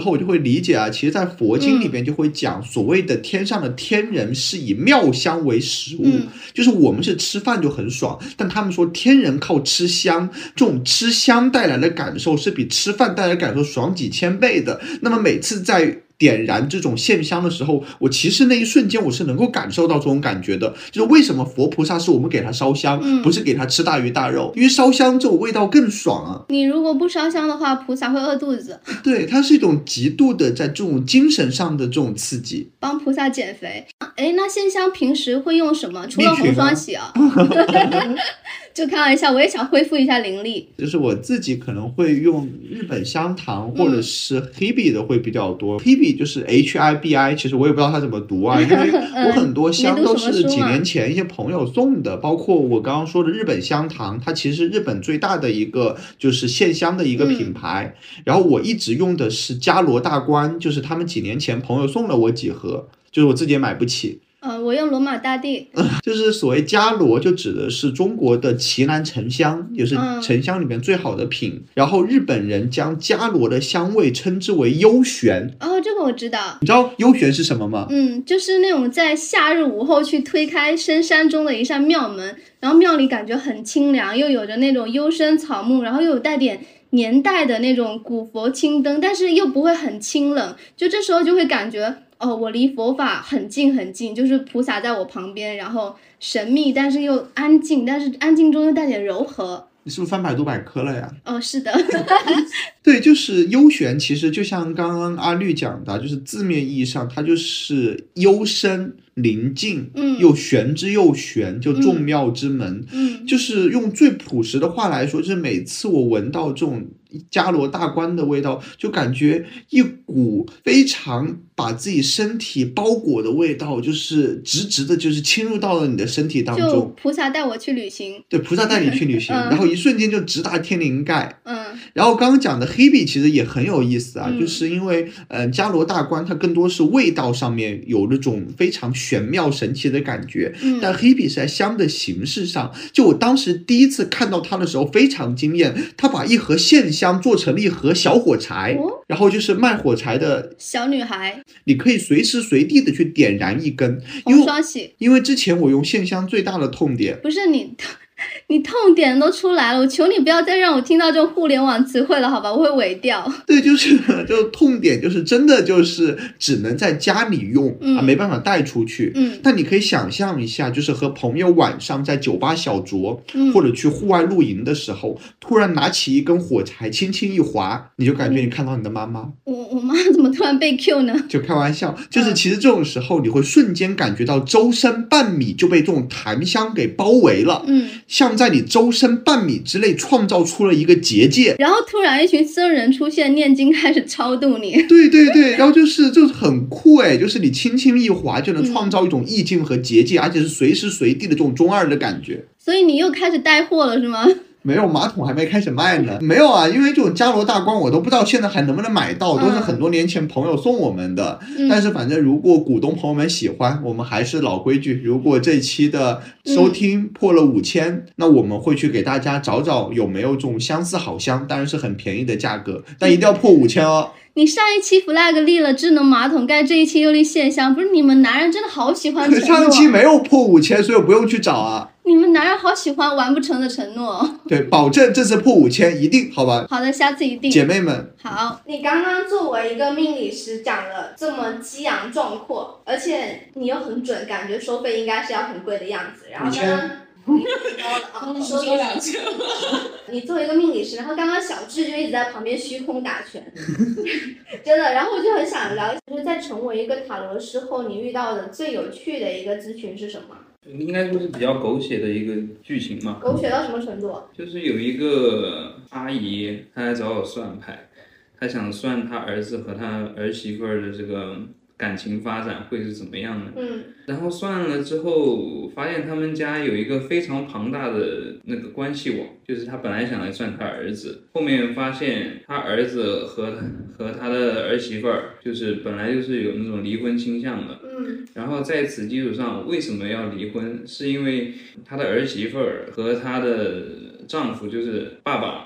候我就会理解啊，其实在佛经里边就会讲所谓的天上的天人是以妙香为食物，就是我们是吃饭就很爽，但他们说天人靠吃香，这种吃香带来的感受是比吃饭带来的感受爽几千倍的。那么每次在点燃这种线香的时候，我其实那一瞬间我是能够感受到这种感觉的，就是为什么佛菩萨是我们给他烧香，不是给他吃大鱼大肉，因为烧香这种味道更爽啊。 你如果不烧香的话，菩萨会饿肚子。 对，它是一种极度的在这种精神上的这种刺激， 帮菩萨减肥。哎，那线香平时会用什么？除了红双喜啊。就开玩笑，我也想恢复一下灵力。 就是我自己可能会用日本香糖或者是 Hebe 的会比较多。Hebe 就是 HIBI， 其实我也不知道它怎么读啊，因为我很多香都是几年前一些朋友送的，包括我刚刚说的日本香糖，它其实是日本最大的一个就是线香的一个品牌。然后我一直用的是伽罗大观，就是他们几年前朋友送了我几盒，就是我自己也买不起。 我用罗马大帝， 就是所谓伽罗就指的是中国的奇楠沉香，也是沉香里面最好的品。然后日本人将伽罗的香味称之为幽玄。 这个我知道。 你知道幽玄是什么吗？ 就是那种在夏日午后去推开深山中的一扇庙门，然后庙里感觉很清凉，又有着那种幽深草木，然后又有带点年代的那种古佛青灯，但是又不会很清冷，就这时候就会感觉我离佛法很近很近，就是菩萨在我旁边，然后神秘但是又安静，但是安静中又带点柔和。 你是不是翻百度百科了呀？ 是的。 对，就是幽玄，其实就像刚刚阿绿讲的，就是字面意义上它就是幽深临近，又玄之又玄，就众妙之门。就是用最朴实的话来说，就是每次我闻到这种伽罗大观的味道，就感觉一股非常把自己身体包裹的味道，就是直直的，就是侵入到了你的身体当中。 就菩萨带我去旅行。 对，菩萨带你去旅行，然后一瞬间就直达天灵盖。然后刚刚讲的 Hebe 其实也很有意思啊，就是因为伽罗大观它更多是味道上面有那种非常玄妙神奇的感觉，但 Hebe 是在香的形式上，就我当时第一次看到它的时候非常惊艳，它把一盒线香做成了一盒小火柴，然后就是卖火柴的小女孩， 你可以随时随地的去点燃一根。 红双喜。 因为之前我用线香最大的痛点， 不是你痛点都出来了，我求你不要再让我听到这种互联网词汇了，好吧，我会萎掉。 对，就是痛点，就是真的就是只能在家里用，没办法带出去。但你可以想象一下，就是和朋友晚上在酒吧小酌，或者去户外露营的时候，突然拿起一根火柴，轻轻一划，你就感觉你看到你的妈妈。 我妈怎么突然被 Q 呢？ 就开玩笑，就是其实这种时候你会瞬间感觉到周身半米就被这种檀香给包围了。像在你周身半米之内创造出了一个结界， 然后突然一群僧人出现，念经开始超度你。 对对对，然后就是很酷哎，就是你轻轻一划就能创造一种意境和结界，而且是随时随地的这种中二的感觉。 所以你又开始带货了是吗？ 没有，马桶还没开始卖呢。没有啊，因为这种伽罗大观我都不知道现在还能不能买到，都是很多年前朋友送我们的。但是反正如果股东朋友们喜欢，我们还是老规矩，如果这期的收听破了5000，那我们会去给大家找找有没有这种相似好香，当然是很便宜的价格，但一定要破5000哦。 你上一期 flag 立了智能马桶盖，这一期又立线香，不是你们男人真的好喜欢承诺。 上一期没有破5000，所以我不用去找啊。 你们男人好喜欢完不成的承诺。 对，保证这次破5000一定，好吧？ 好的，下次一定。 姐妹们， 好，你刚刚作为一个命理师讲了这么激昂壮阔，而且你又很准，感觉收费应该是要很贵的样子。然后刚刚你说 2000， 你作为一个命理师，然后刚刚小智就一直在旁边虚空打拳，真的。然后我就很想了解，就是在成为一个塔罗师后，你遇到的最有趣的一个咨询是什么？ 应该说是比较狗血的一个剧情嘛。 狗血到什么程度？ 就是有一个阿姨，她来找我算牌，她想算她儿子和她儿媳妇的这个感情发展会是怎么样的。然后算了之后，发现他们家有一个非常庞大的那个关系网，就是他本来想来算他儿子，后面发现他儿子和他的儿媳妇儿，就是本来就是有那种离婚倾向的。然后在此基础上，为什么要离婚？是因为他的儿媳妇儿和她的丈夫，就是爸爸，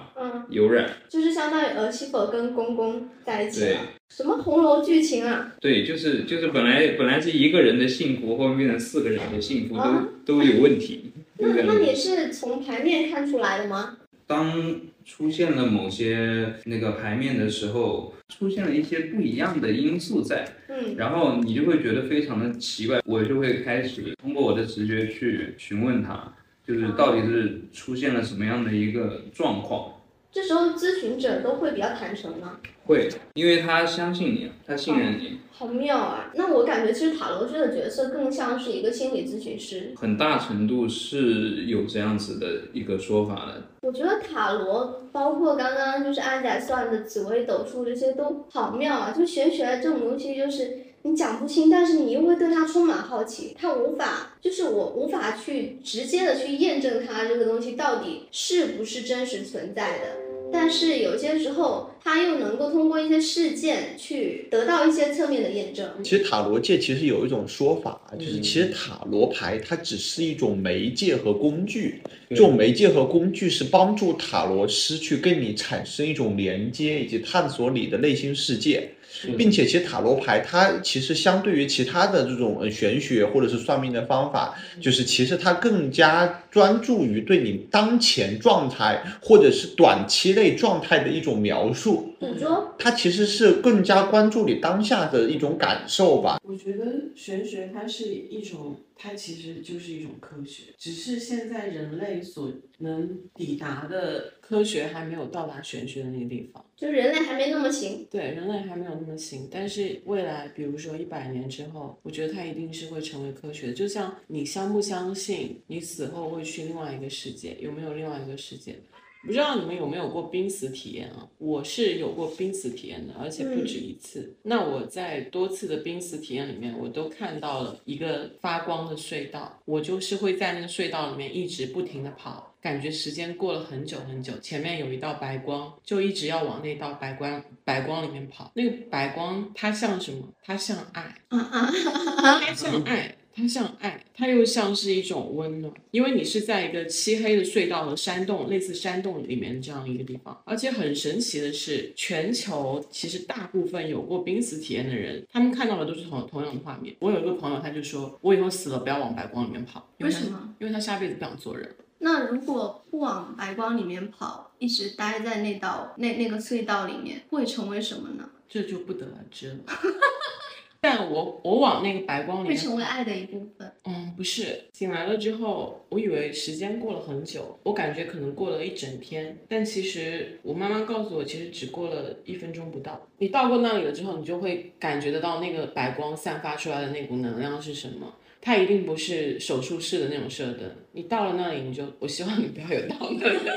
有染， 就是相当于儿媳妇跟公公在一起了。什么红楼剧情啊？ 对，就是本来是一个人的幸福，后面变成4个人的幸福都有问题。 那你是从牌面看出来的吗？ 当出现了某些那个牌面的时候，出现了一些不一样的因素在，然后你就会觉得非常的奇怪，我就会开始通过我的直觉去询问他，就是到底是出现了什么样的一个状况。 这时候咨询者都会比较坦诚吗？ 会，因为他相信你，他信任你。 好妙啊！那我感觉其实塔罗这个角色更像是一个心理咨询师， 很大程度是有这样子的一个说法的。 我觉得塔罗包括刚刚就是安仔算的紫微斗数这些都好妙啊！就玄学这种东西就是你讲不清，但是你又会对它充满好奇，它无法就是我无法去直接的去验证它这个东西到底是不是真实存在的。但是有些时候，它又能够通过一些事件去得到一些侧面的验证。 其实塔罗界其实有一种说法，就是其实塔罗牌它只是一种媒介和工具，这种媒介和工具是帮助塔罗师去跟你产生一种连接，以及探索你的内心世界。并且其实塔罗牌它其实相对于其他的这种玄学或者是算命的方法，就是其实它更加专注于对你当前状态或者是短期内状态的一种描述，它其实是更加关注你当下的一种感受吧。 我觉得玄学它是一种，它其实就是一种科学，只是现在人类所能抵达的科学还没有到达玄学的那个地方， 就人类还没那么行。 对，人类还没有那么行，但是未来比如说100年之后，我觉得它一定是会成为科学的。就像你相不相信你死后会去另外一个世界，有没有另外一个世界，不知道你们有没有过濒死体验啊？我是有过濒死体验的，而且不止一次。那我在多次的濒死体验里面，我都看到了一个发光的隧道，我就是会在那个隧道里面一直不停的跑，感觉时间过了很久很久，前面有一道白光，就一直要往那道白光里面跑。那个白光它像什么？它像爱，它像爱。它像爱，它又像是一种温暖，因为你是在一个漆黑的隧道和山洞，类似山洞里面这样一个地方。而且很神奇的是，全球其实大部分有过濒死体验的人，他们看到的都是同样的画面。我有一个朋友，他就说，我以后死了不要往白光里面跑， 为什么？ 因为他下辈子不想做人。 那如果不往白光里面跑，一直待在那个隧道里面，会成为什么呢？ 这就不得而知了。但我往那个白光里面会成为爱的一部分。 不是，醒来了之后，我以为时间过了很久，我感觉可能过了一整天，但其实我妈妈告诉我，其实只过了1分钟不到。你到过那里了之后，你就会感觉得到那个白光散发出来的那股能量是什么。它一定不是手术室的那种射灯，你到了那里，我希望你不要有到那里。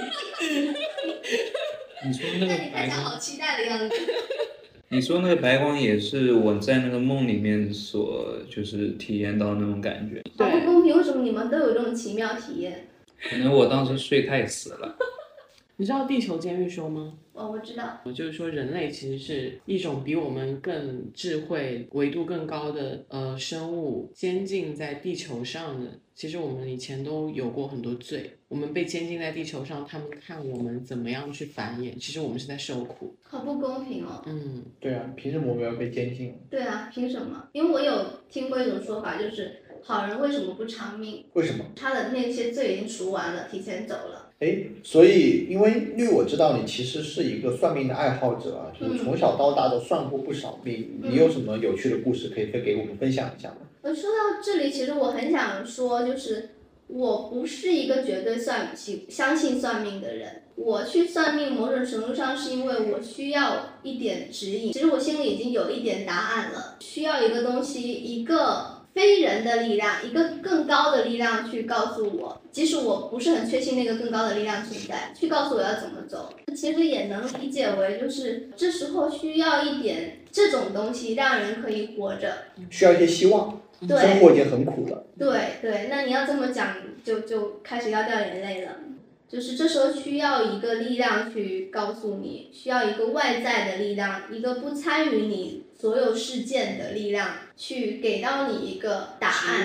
你说那个白光， 好期待的样子。 你说那个白光也是我在那个梦里面所就是体验到那种感觉。 好不公平，为什么你们都有这种奇妙体验？ 可能我当时睡太死了。 你知道地球监狱说吗？ 我知道， 就是说人类其实是一种比我们更智慧、维度更高的生物，监禁在地球上的。其实我们以前都有过很多罪，我们被监禁在地球上，他们看我们怎么样去繁衍，其实我们是在受苦。 好不公平哦。 对啊，凭什么我们要被监禁？ 对啊，凭什么？因为我有听过一种说法，就是好人为什么不偿命？ 为什么？ 他的那些罪已经赎完了，提前走了。 所以因为我知道你其实是一个算命的爱好者啊，就是从小到大都算过不少命。你有什么有趣的故事可以给我们分享一下吗？ 说到这里，其实我很想说，就是我不是一个绝对相信算命的人。我去算命，某种程度上是因为我需要一点指引。其实我心里已经有一点答案了，需要一个东西，一个非人的力量，一个更高的力量去告诉我，即使我不是很确信那个更高的力量存在，去告诉我要怎么走。其实也能理解为，就是这时候需要一点这种东西，让人可以活着， 需要一些希望。 对， 生活已经很苦了。 对，那你要这么讲，就开始要掉眼泪了。就是这时候需要一个力量去告诉你，需要一个外在的力量，一个不参与你所有事件的力量，去给到你一个答案。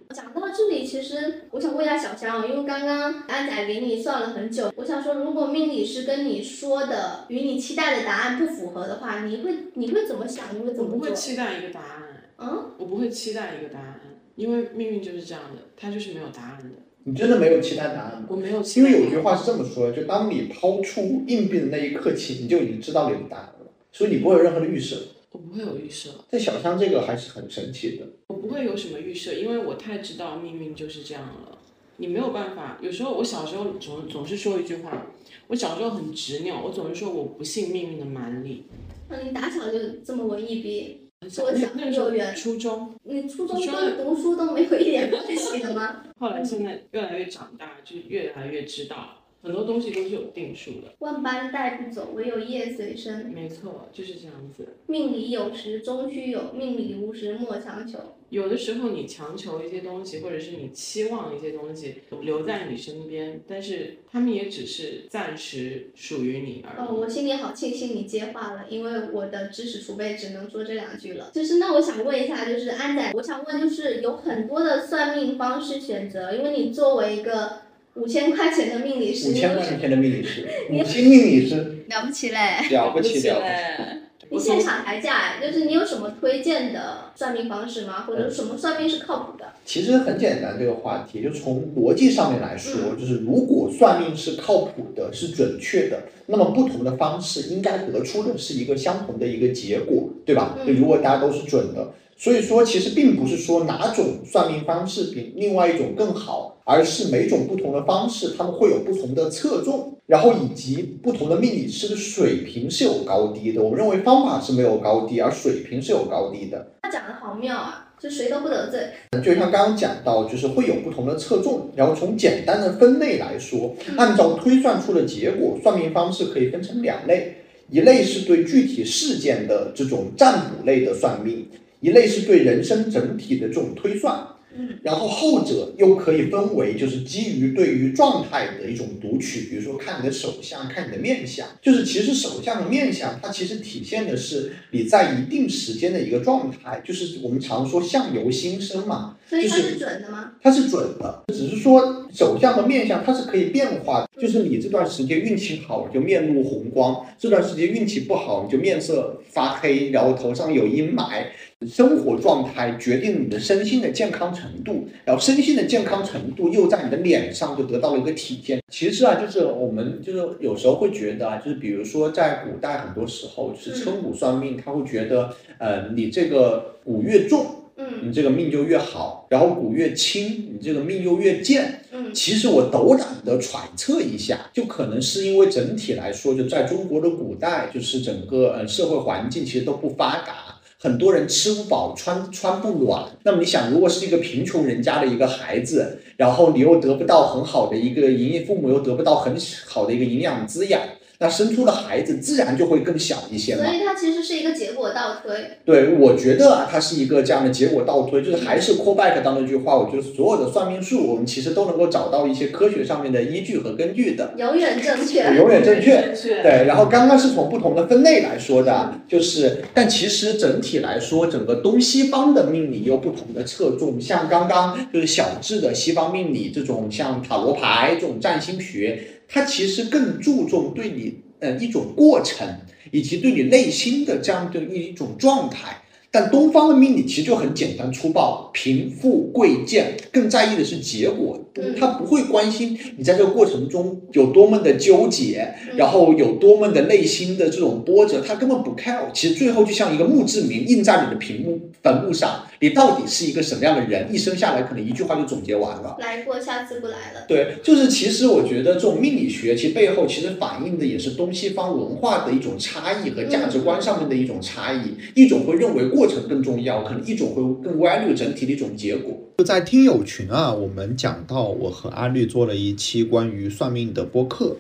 讲到这里，其实我想问一下小香，因为刚刚安仔给你算了很久，我想说，如果命理师跟你说的与你期待的答案不符合的话，你会怎么想？你会怎么做？ 我不会期待一个答案。我不会期待一个答案，因为命运就是这样的，它就是没有答案的。 你真的没有期待答案吗？ 我没有期待。 因为有句话是这么说的，就当你抛出硬币的那一刻起，你就已经知道你的答案了，所以你不会有任何的预设。 我不会有预设。 在小香这个还是很神奇的。 我不会有什么预设，因为我太知道命运就是这样了，你没有办法。有时候我小时候总是说一句话，我小时候很执拗，我总是说我不信命运的蛮力。 你打小就这么文艺逼？ 那个时候初中， 你初中跟读书都没有一点关系的吗？ 后来现在越来越长大，就越来越知道很多东西都是有定数的。 万般带不走，唯有业随身。 没错，就是这样子。 命里有时终须有，命里无时莫强求。 有的时候你强求一些东西，或者是你期望一些东西留在你身边，但是他们也只是暂时属于你而已。 我心里好庆幸你接话了，因为我的知识储备只能说这2句了。就是那我想问一下，就是安仔，我想问就是有很多的算命方式选择，因为你作为一个5000块钱的命理师 ，5000块钱的命理师，5星命理师， 了不起嘞， 了不起了不起。 你现场抬价，就是你有什么推荐的算命方式吗？或者什么算命是靠谱的？ 其实很简单，这个话题就从逻辑上面来说，就是如果算命是靠谱的，是准确的，那么不同的方式应该得出的是一个相同的一个结果，对吧？如果大家都是准的。所以说其实并不是说哪种算命方式比另外一种更好，而是每种不同的方式他们会有不同的侧重，然后以及不同的命理师的水平是有高低的。我们认为方法是没有高低，而水平是有高低的。 他讲的好妙啊，就谁都不得罪。 就像刚刚讲到，就是会有不同的侧重，然后从简单的分类来说，按照推算出的结果，算命方式可以分成2类，一类是对具体事件的这种占卜类的算命，一类是对人生整体的这种推算，然后后者又可以分为就是基于对于状态的一种读取，比如说看你的手相，看你的面相，就是其实手相和面相它其实体现的是你在一定时间的一个状态，就是我们常说相由心生嘛。 所以它是准的吗？ 它是准的，只是说手相和面相它是可以变化的，就是你这段时间运气好就面露红光，这段时间运气不好你就面色发黑，然后头上有阴霾。生活状态决定你的身心的健康程度，然后身心的健康程度又在你的脸上就得到了一个体现。其实啊，就是我们就是有时候会觉得啊，就是比如说在古代很多时候就是称骨算命，他会觉得你这个骨越重，你这个命就越好，然后骨越轻，你这个命又越贱。其实我斗胆的揣测一下，就可能是因为整体来说，就在中国的古代，就是整个社会环境其实都不发达。很多人吃不饱穿不暖，那么你想，如果是一个贫穷人家的一个孩子，然后你又得不到很好的一个父母又得不到很好的一个营养滋养，那生出的孩子自然就会更小一些嘛。 所以它其实是一个结果倒推。 对，我觉得啊，它是一个这样的结果倒推，就是还是 callback 当那句话，我觉得所有的算命术，我们其实都能够找到一些科学上面的依据和根据的。 永远正确。 永远正确。对，然后刚刚是从不同的分类来说的，但其实整体来说，整个东西方的命理有不同的侧重，像刚刚就是小智的西方命理这种，像塔罗牌这种占星学，它其实更注重对你一种过程，以及对你内心的这样的一种状态。但东方的命理其实就很简单粗暴，贫富贵贱，更在意的是结果。他不会关心你在这个过程中有多么的纠结，然后有多么的内心的这种波折，他根本不 care。其实最后就像一个墓志铭印在你的坟墓上，你到底是一个什么样的人，一生下来可能一句话就总结完了， 来过下次不来了。 对，就是其实我觉得这种命理学其实背后其实反映的也是东西方文化的一种差异和价值观上面的一种差异，一种会认为过程更重要，可能一种会更 value 整体的一种结果。 就在听友群啊，我们讲到我和阿绿做了一期关于算命的播客，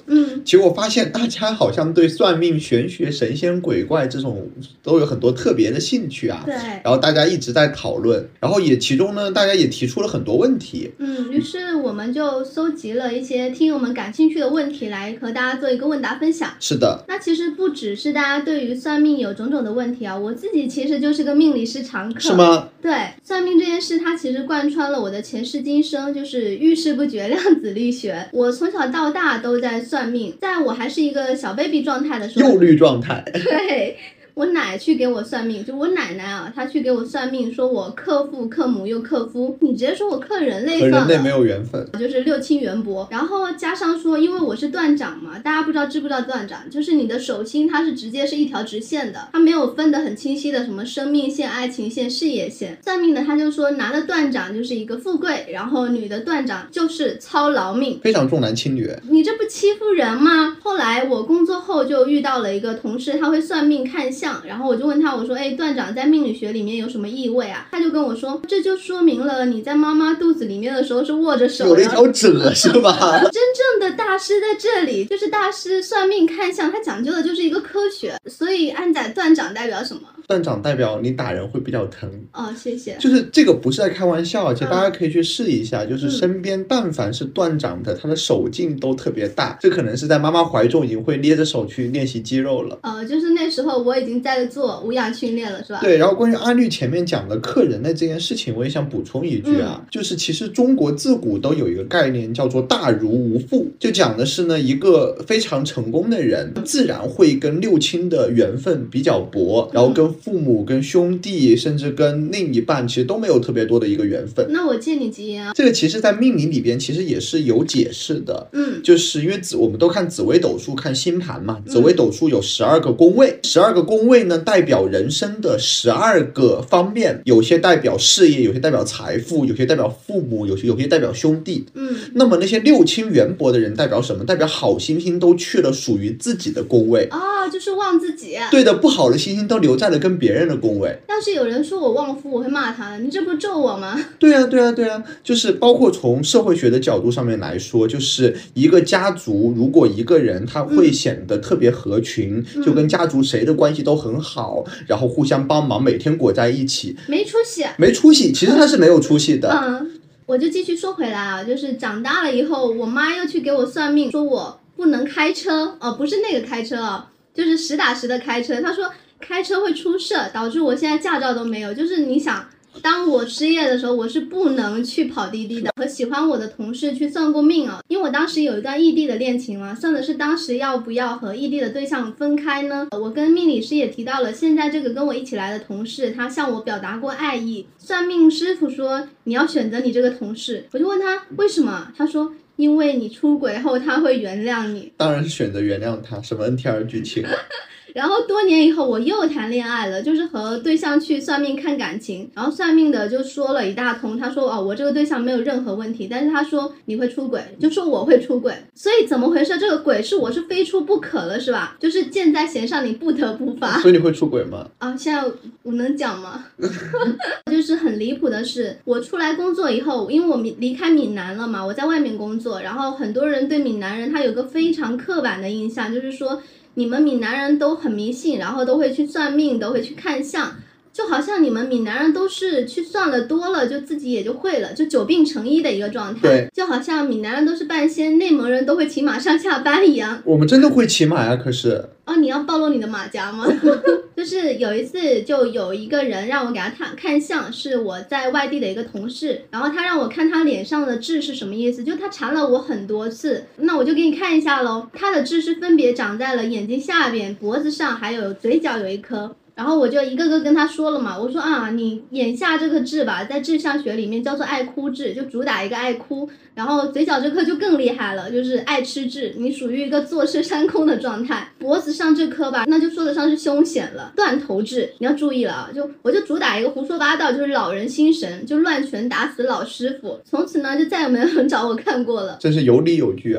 结果发现大家好像对算命、玄学、神仙鬼怪这种都有很多特别的兴趣啊。 对。 然后大家一直在讨论，然后其中呢，大家也提出了很多问题。 于是我们就搜集了一些听友们感兴趣的问题来和大家做一个问答分享。 是的。 那其实不只是大家对于算命有种种的问题啊，我自己其实就是个命理师常客。 是吗？ 对，算命这件事它其实贯穿了我的前世今生，就是遇事不决量子力学。我从小到大都在算命，在我还是一个小 baby 状态的时候， 幼绿状态。 对，我奶去给我算命，就我奶奶啊，她去给我算命，说我克父克母又克夫，你直接说我克人类算了， 和人类没有缘分， 就是六亲缘薄。然后加上说，因为我是断掌嘛，大家不知道知不知道断掌，就是你的手心它是直接是一条直线的，它没有分得很清晰的什么生命线、爱情线、事业线。算命的他就说，男的断掌就是一个富贵，然后女的断掌就是操劳命， 非常重男轻女。 你这不欺负人吗？后来我工作后就遇到了一个同事，他会算命看相。然后我就问他，我说断掌在命理学里面有什么意味啊？他就跟我说，这就说明了你在妈妈肚子里面的时候是握着手， 有了一条褶是吧？ 真正的大师在这里，就是大师算命看相，他讲究的就是一个科学。所以安仔，断掌代表什么？ 断掌代表你打人会比较疼。 谢谢。 就是这个不是在开玩笑，而且大家可以去试一下，就是身边但凡是断掌的，他的手劲都特别大，这可能是在妈妈怀中已经会捏着手去练习肌肉了。 就是那时候我已经在做无氧训练了，是吧？ 对。然后关于阿绿前面讲的克人类这件事情，我也想补充一句啊，就是其实中国自古都有一个概念叫做大儒无父，就讲的是呢，一个非常成功的人自然会跟六亲的缘分比较薄，然后跟父母、跟兄弟，甚至跟另一半其实都没有特别多的一个缘分。 那我借你吉言啊。 这个其实在命理里边其实也是有解释的。就是因为我们都看紫微斗数看星盘嘛，紫微斗数有12个宫位，12个宫位呢代表人生的12个方面，有些代表事业，有些代表财富，有些代表父母，有些代表兄弟。那么那些六亲缘薄的人代表什么？代表好星星都去了属于自己的宫位。 就是旺自己。 对的，不好的星星都留在了跟别人的宫位。 要是有人说我旺夫，我会骂他，你这不是咒我吗？ 对啊，就是包括从社会学的角度上面来说，就是一个家族如果一个人他会显得特别合群，就跟家族谁的关系都很好，然后互相帮忙，每天裹在一起， 没出息。 没出息，其实他是没有出息的。 我就继续说回来啊，就是长大了以后，我妈又去给我算命，说我不能开车，不是那个开车啊，就是实打实的开车。她说开车会出事，导致我现在驾照都没有。就是你想，当我失业的时候，我是不能去跑滴滴的。和喜欢我的同事去算过命啊，因为我当时有一段异地的恋情嘛，算的是当时要不要和异地的对象分开呢。我跟命理师也提到了，现在这个跟我一起来的同事，他向我表达过爱意。算命师傅说你要选择你这个同事，我就问他为什么，他说因为你出轨后他会原谅你。 当然是选择原谅他，什么 NTR 剧情。 然后多年以后我又谈恋爱了，就是和对象去算命看感情，然后算命的就说了一大通，他说我这个对象没有任何问题，但是他说你会出轨，就说我会出轨。所以怎么回事？这个轨是我是非出不可了是吧？就是箭在弦上你不得不发。 所以你会出轨吗？ 现在我能讲吗？就是很离谱的是，我出来工作以后，因为我离开闽南了嘛，我在外面工作，然后很多人对闽南人他有个非常刻板的印象，就是说你们闽南人都很迷信，然后都会去算命，都会去看相，就好像你们闽南人都是去算了多了就自己也就会了，就久病成医的一个状态。 对， 就好像闽南人都是半仙，内蒙人都会骑马上下班一样。 我们真的会骑马呀，可是你要暴露你的马甲吗？就是有一次就有一个人让我给他看相，是我在外地的一个同事，然后他让我看他脸上的痣是什么意思，就他缠了我很多次，那我就给你看一下咯。他的痣是分别长在了眼睛下边、脖子上还有嘴角有一颗。然后我就一个个跟他说了嘛，我说你眼下这个痣吧，在痣象学里面叫做爱哭痣，就主打一个爱哭。然后嘴角这颗就更厉害了，就是爱吃痣，你属于一个坐吃山空的状态。脖子上这颗吧，那就说得上是凶险了，断头痣，你要注意了啊！我就主打一个胡说八道，就是老人心神，就乱拳打死老师傅。从此呢，就再也没有人找我看过了。 真是有理有据啊。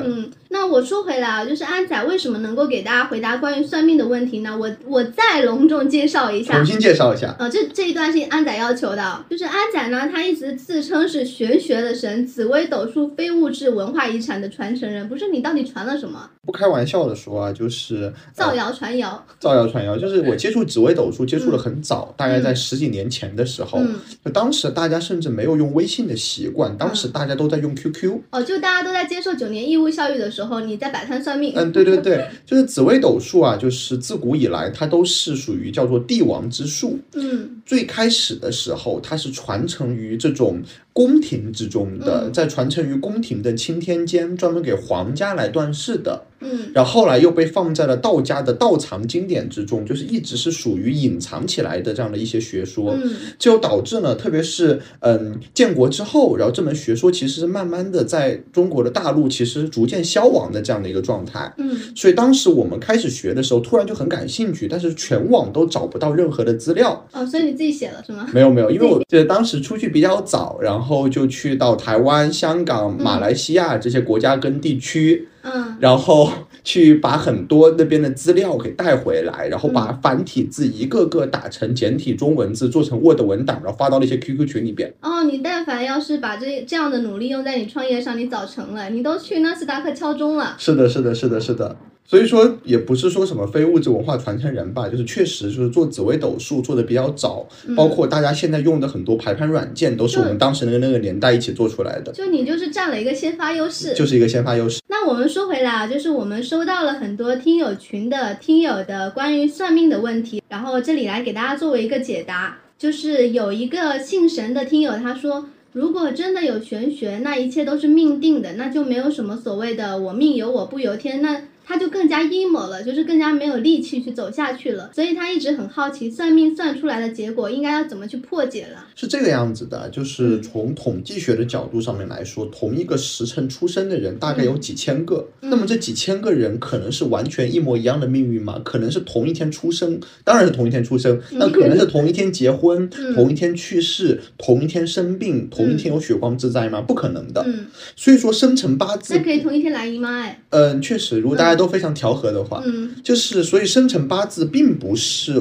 那我说回来啊，就是安仔为什么能够给大家回答关于算命的问题呢？我再隆重介绍一下， 重新介绍一下。 这一段是安仔要求的，就是安仔呢，他一直自称是玄学的神，紫微斗数非物质文化遗产的传承人。不是，你到底传了什么？ 不开玩笑的说啊，就是造谣传谣。 造谣传谣，就是我接触紫微斗数接触的很早，大概在10几年前的时候，就当时大家甚至没有用微信的习惯，当时大家都在用 QQ。 就大家都在接受9年义务教育的时候，你在摆摊算命。 对对对，就是紫微斗数啊，就是自古以来它都是属于叫做帝王之术。最开始的时候，它是传承于这种宫廷之中的，在传承于宫廷的钦天监，专门给皇家来断事的。然后后来又被放在了道家的道藏经典之中，就是一直是属于隐藏起来的这样的一些学说，就导致呢，特别是建国之后，然后这门学说其实是慢慢的在中国的大陆其实逐渐消亡的这样的一个状态。所以当时我们开始学的时候，突然就很感兴趣，但是全网都找不到任何的资料。 所以你自己写了是吗？ 没有，因为我记得当时出去比较早，然后就去到台湾、香港、马来西亚这些国家跟地区。然后去把很多那边的资料给带回来，然后把繁体字一个个打成简体中文字，做成 Word 文档，然后发到那些 QQ 群里边。 你但凡要是把这样的努力用在你创业上，你早成了，你都去纳斯达克敲钟了。 是的。所以说也不是说什么非物质文化传承人吧，就是确实就是做紫微斗数做的比较早，包括大家现在用的很多排盘软件都是我们当时那个年代一起做出来的。 就你就是占了一个先发优势。 就是一个先发优势。 那我们说回来啊，就是我们收到了很多听友群的听友的关于算命的问题，然后这里来给大家作为一个解答。就是有一个姓神的听友他说，如果真的有玄学，那一切都是命定的，那就没有什么所谓的我命由我不由天，那他就更加 emo 了，就是更加没有力气去走下去了。所以他一直很好奇算命算出来的结果应该要怎么去破解了。 是这个样子的，就是从统计学的角度上面来说，同一个时辰出生的人大概有几千个，那么这几千个人可能是完全一模一样的命运吗？可能是同一天出生，当然是同一天出生，那可能是同一天结婚，同一天去世，同一天生病，同一天有血光之灾吗？不可能的。所以说生辰八字那可以同一天来姨妈确实，如果大家都非常调和的话，就是所以生辰八字并不是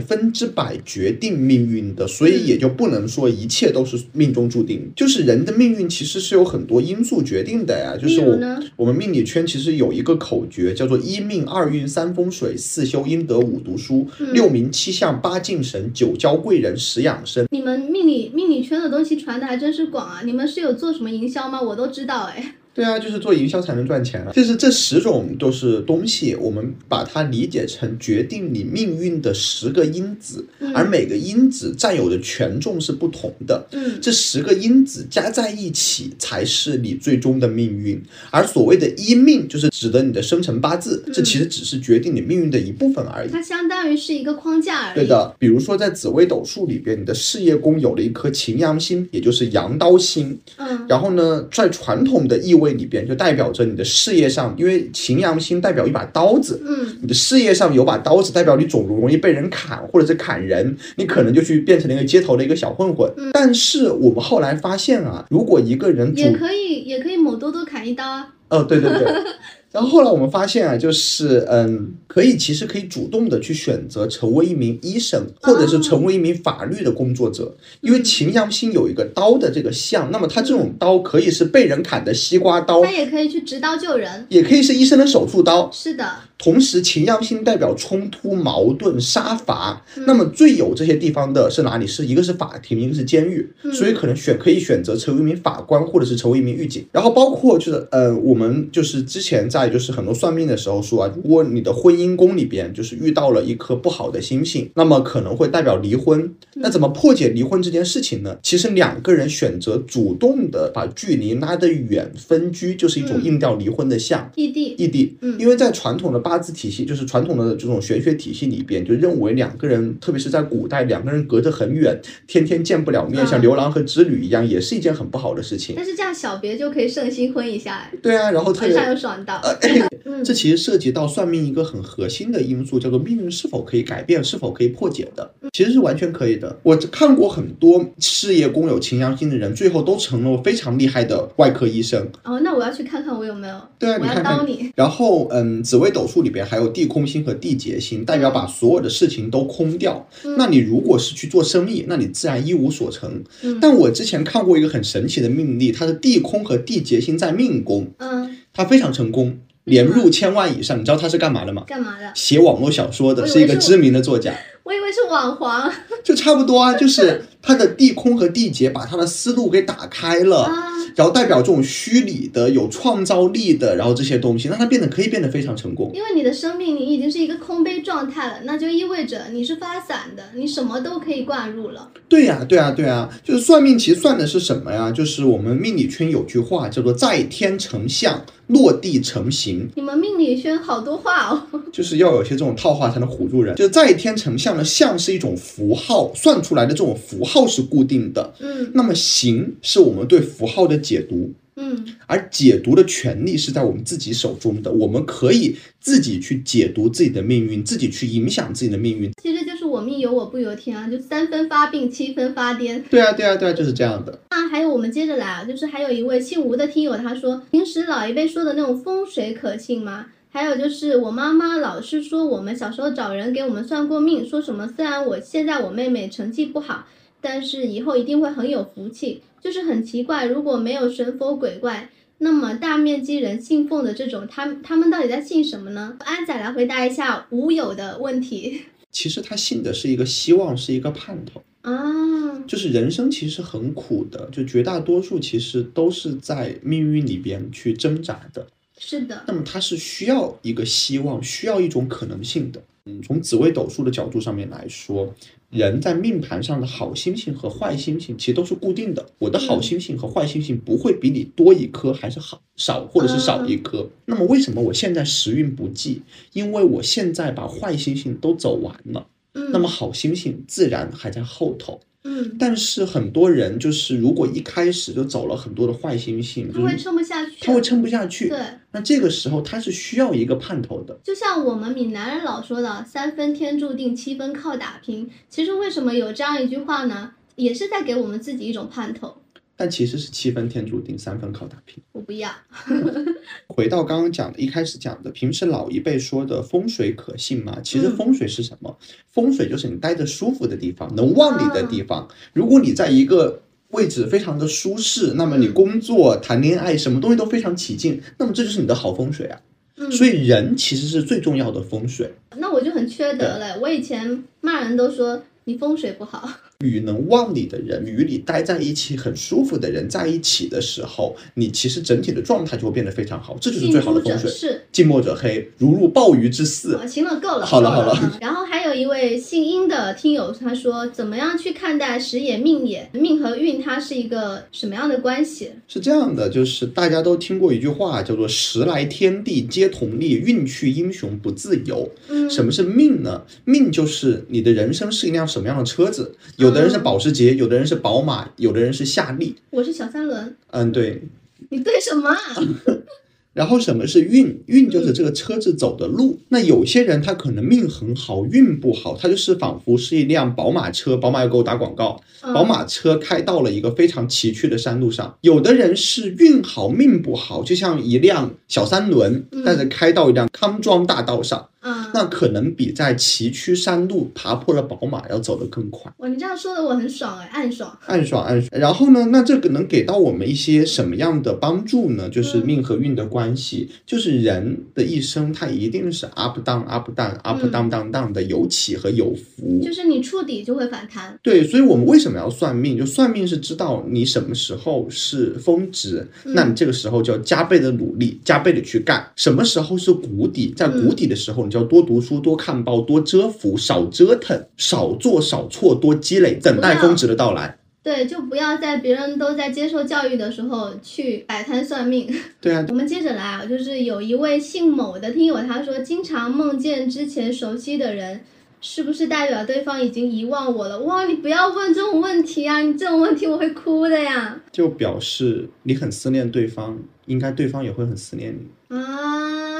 100%决定命运的，所以也就不能说一切都是命中注定。就是人的命运其实是有很多因素决定的呀。就是我们命理圈其实有一个口诀叫做1命2运3风水4修阴德5读书6名7相8敬神9交贵人10养生。 你们命理圈的东西传的还真是广啊！你们是有做什么营销吗？我都知道对啊，就是做营销才能赚钱啊。就是这10种都是东西，我们把它理解成决定你命运的10个因子，而每个因子占有的权重是不同的。这10个因子加在一起才是你最终的命运。而所谓的一命，就是指的你的生辰八字，这其实只是决定你命运的一部分而已。 它相当于是一个框架而已。 对的，比如说在紫微斗数里边，你的事业宫有了一颗擎羊星，也就是羊刀星。然后呢，在传统的意味里边就代表着你的事业上，因为擎羊星代表一把刀子，你的事业上有把刀子，代表你总容易被人砍或者是砍人，你可能就去变成了一个街头的一个小混混。但是我们后来发现啊，如果一个人也可以某多多砍一刀啊。 对。然后后来我们发现啊，就是其实可以主动的去选择成为一名医生，或者是成为一名法律的工作者。因为擎羊星有一个刀的这个象，那么它这种刀可以是被人砍的西瓜刀， 它也可以去执刀救人， 也可以是医生的手术刀。 是的。 同时擎羊星代表冲突、矛盾、杀伐，那么最有这些地方的是哪里？一个是法庭，一个是监狱，所以可以选择成为一名法官，或者是成为一名狱警。然后包括就是我们就是之前在就是很多算命的时候说啊，如果你的婚姻宫里边就是遇到了一颗不好的星星，那么可能会代表离婚。那怎么破解离婚这件事情呢？其实2个人选择主动的把距离拉得远，分居就是一种硬调离婚的象。异地。因为在传统的八字体系，就是传统的这种玄学体系里边，就认为2个人，特别是在古代，2个人隔着很远，天天见不了面，像牛郎和织女一样，也是一件很不好的事情。 但是这样小别就可以胜新婚一下。 对啊，然后晚上又爽到。 这其实涉及到算命一个很核心的因素，叫做命运是否可以改变，是否可以破解的，其实是完全可以的。我看过很多事业宫有擎羊星的人，最后都成了非常厉害的外科医生。 哦，那我要去看看我有没有。 对啊， 我要刀你。 然后紫微斗数里边还有地空星和地劫星，代表把所有的事情都空掉。那你如果是去做生意，那你自然一无所成。但我之前看过一个很神奇的命例，它是地空和地劫星在命宫，它非常成功，年入1000万以上。你知道他是干嘛的吗？ 干嘛的？ 写网络小说的，是一个知名的作家。 我以为是网黄。 就差不多啊，就是他的地空和地劫把他的思路给打开了，然后代表这种虚拟的、有创造力的，然后这些东西，让他可以变得非常成功。 因为你的生命你已经是一个空杯状态了，那就意味着你是发散的，你什么都可以灌入了。 对呀，对呀，对呀，就是算命其实算的是什么呀？就是我们命理圈有句话叫做在天成象，落地成形。 你们命理圈好多话哦。 就是要有些这种套话才能唬住人。就是在天成象的象是一种符号，算出来的这种符号是固定的，那么形是我们对符号的解读，而解读的权利是在我们自己手中的，我们可以自己去解读自己的命运，自己去影响自己的命运。 其实就是我命由我不由天啊，就3分发病7分发癫。 对啊，对啊，对啊，就是这样的。 那还有我们接着来啊，就是还有一位姓吴的听友，他说平时老一辈说的那种风水可信吗？还有就是我妈妈老是说我们小时候找人给我们算过命，说什么虽然现在我妹妹成绩不好，但是以后一定会很有福气。就是很奇怪，如果没有神佛鬼怪，那么大面积人信奉的这种他们到底在信什么呢？安仔来回答一下吴友的问题。 其实他信的是一个希望，是一个盼头啊，就是人生其实很苦的，就绝大多数其实都是在命运里边去挣扎的。 是的， 那么它是需要一个希望，需要一种可能性的。从紫微斗数的角度上面来说，人在命盘上的好星星和坏星星其实都是固定的。我的好星星和坏星星不会比你多一颗还是少，或者是少一颗。那么为什么我现在时运不济？因为我现在把坏星星都走完了，那么好星星自然还在后头。但是很多人就是如果一开始就走了很多的坏星星， 他会撑不下去。 他会撑不下去。 对， 那这个时候他是需要一个盼头的。 就像我们闽南人老说的3分天注定7分靠打拼，其实为什么有这样一句话呢？也是在给我们自己一种盼头。 但其实是7分天注定3分靠打拼。 我不要。 回到刚刚讲的，一开始讲的，平时老一辈说的风水可信吗？其实风水是什么？风水就是你待着舒服的地方，能旺你的地方。如果你在一个位置非常的舒适，那么你工作、谈恋爱，什么东西都非常起劲，那么这就是你的好风水啊。所以人其实是最重要的风水。 那我就很缺德了，我以前骂人都说你风水不好。 与能旺你的人，与你待在一起很舒服的人在一起的时候，你其实整体的状态就会变得非常好，这就是最好的风水。近墨者黑，如入鲍鱼之肆。 行了，够了。 好了。 然后还有一位姓殷的听友，他说怎么样去看待时也命也？命和运它是一个什么样的关系？ 是这样的，就是大家都听过一句话叫做时来天地皆同力，运去英雄不自由。什么是命呢？命就是你的人生是一辆什么样的车子，有的人是保时捷，有的人是宝马，有的人是夏利。 我是小三轮。 对。 你对什么啊？ 然后什么是运？运就是这个车子走的路。那有些人他可能命很好，运不好，他就是仿佛是一辆宝马车，宝马要给我打广告，宝马车开到了一个非常崎岖的山路上。有的人是运好命不好，就像一辆小三轮，但是开到一辆康庄大道上。那可能比在崎岖山路爬坡的宝马要走得更快。 哇，你这样说的我很爽哎，暗爽。 然后呢，那这个能给到我们一些什么样的帮助呢？就是命和运的关系，就是人的一生它一定是 up down up down up down down down 的，有起和有伏， 就是你触底就会反弹。 对，所以我们为什么要算命？就算命是知道你什么时候是峰值，那你这个时候就要加倍的努力，加倍的去干。什么时候是谷底？在谷底的时候，你就要多读书，多看报，多蛰伏，少折腾，少做少错，多积累，等待峰值的到来。 对，就不要在别人都在接受教育的时候去摆摊算命。 对啊， 我们接着来啊，就是有一位姓某的听友，他说经常梦见之前熟悉的人，是不是代表对方已经遗忘我了？哇，你不要问这种问题啊，你这种问题我会哭的呀。 就表示你很思念对方，应该对方也会很思念你啊。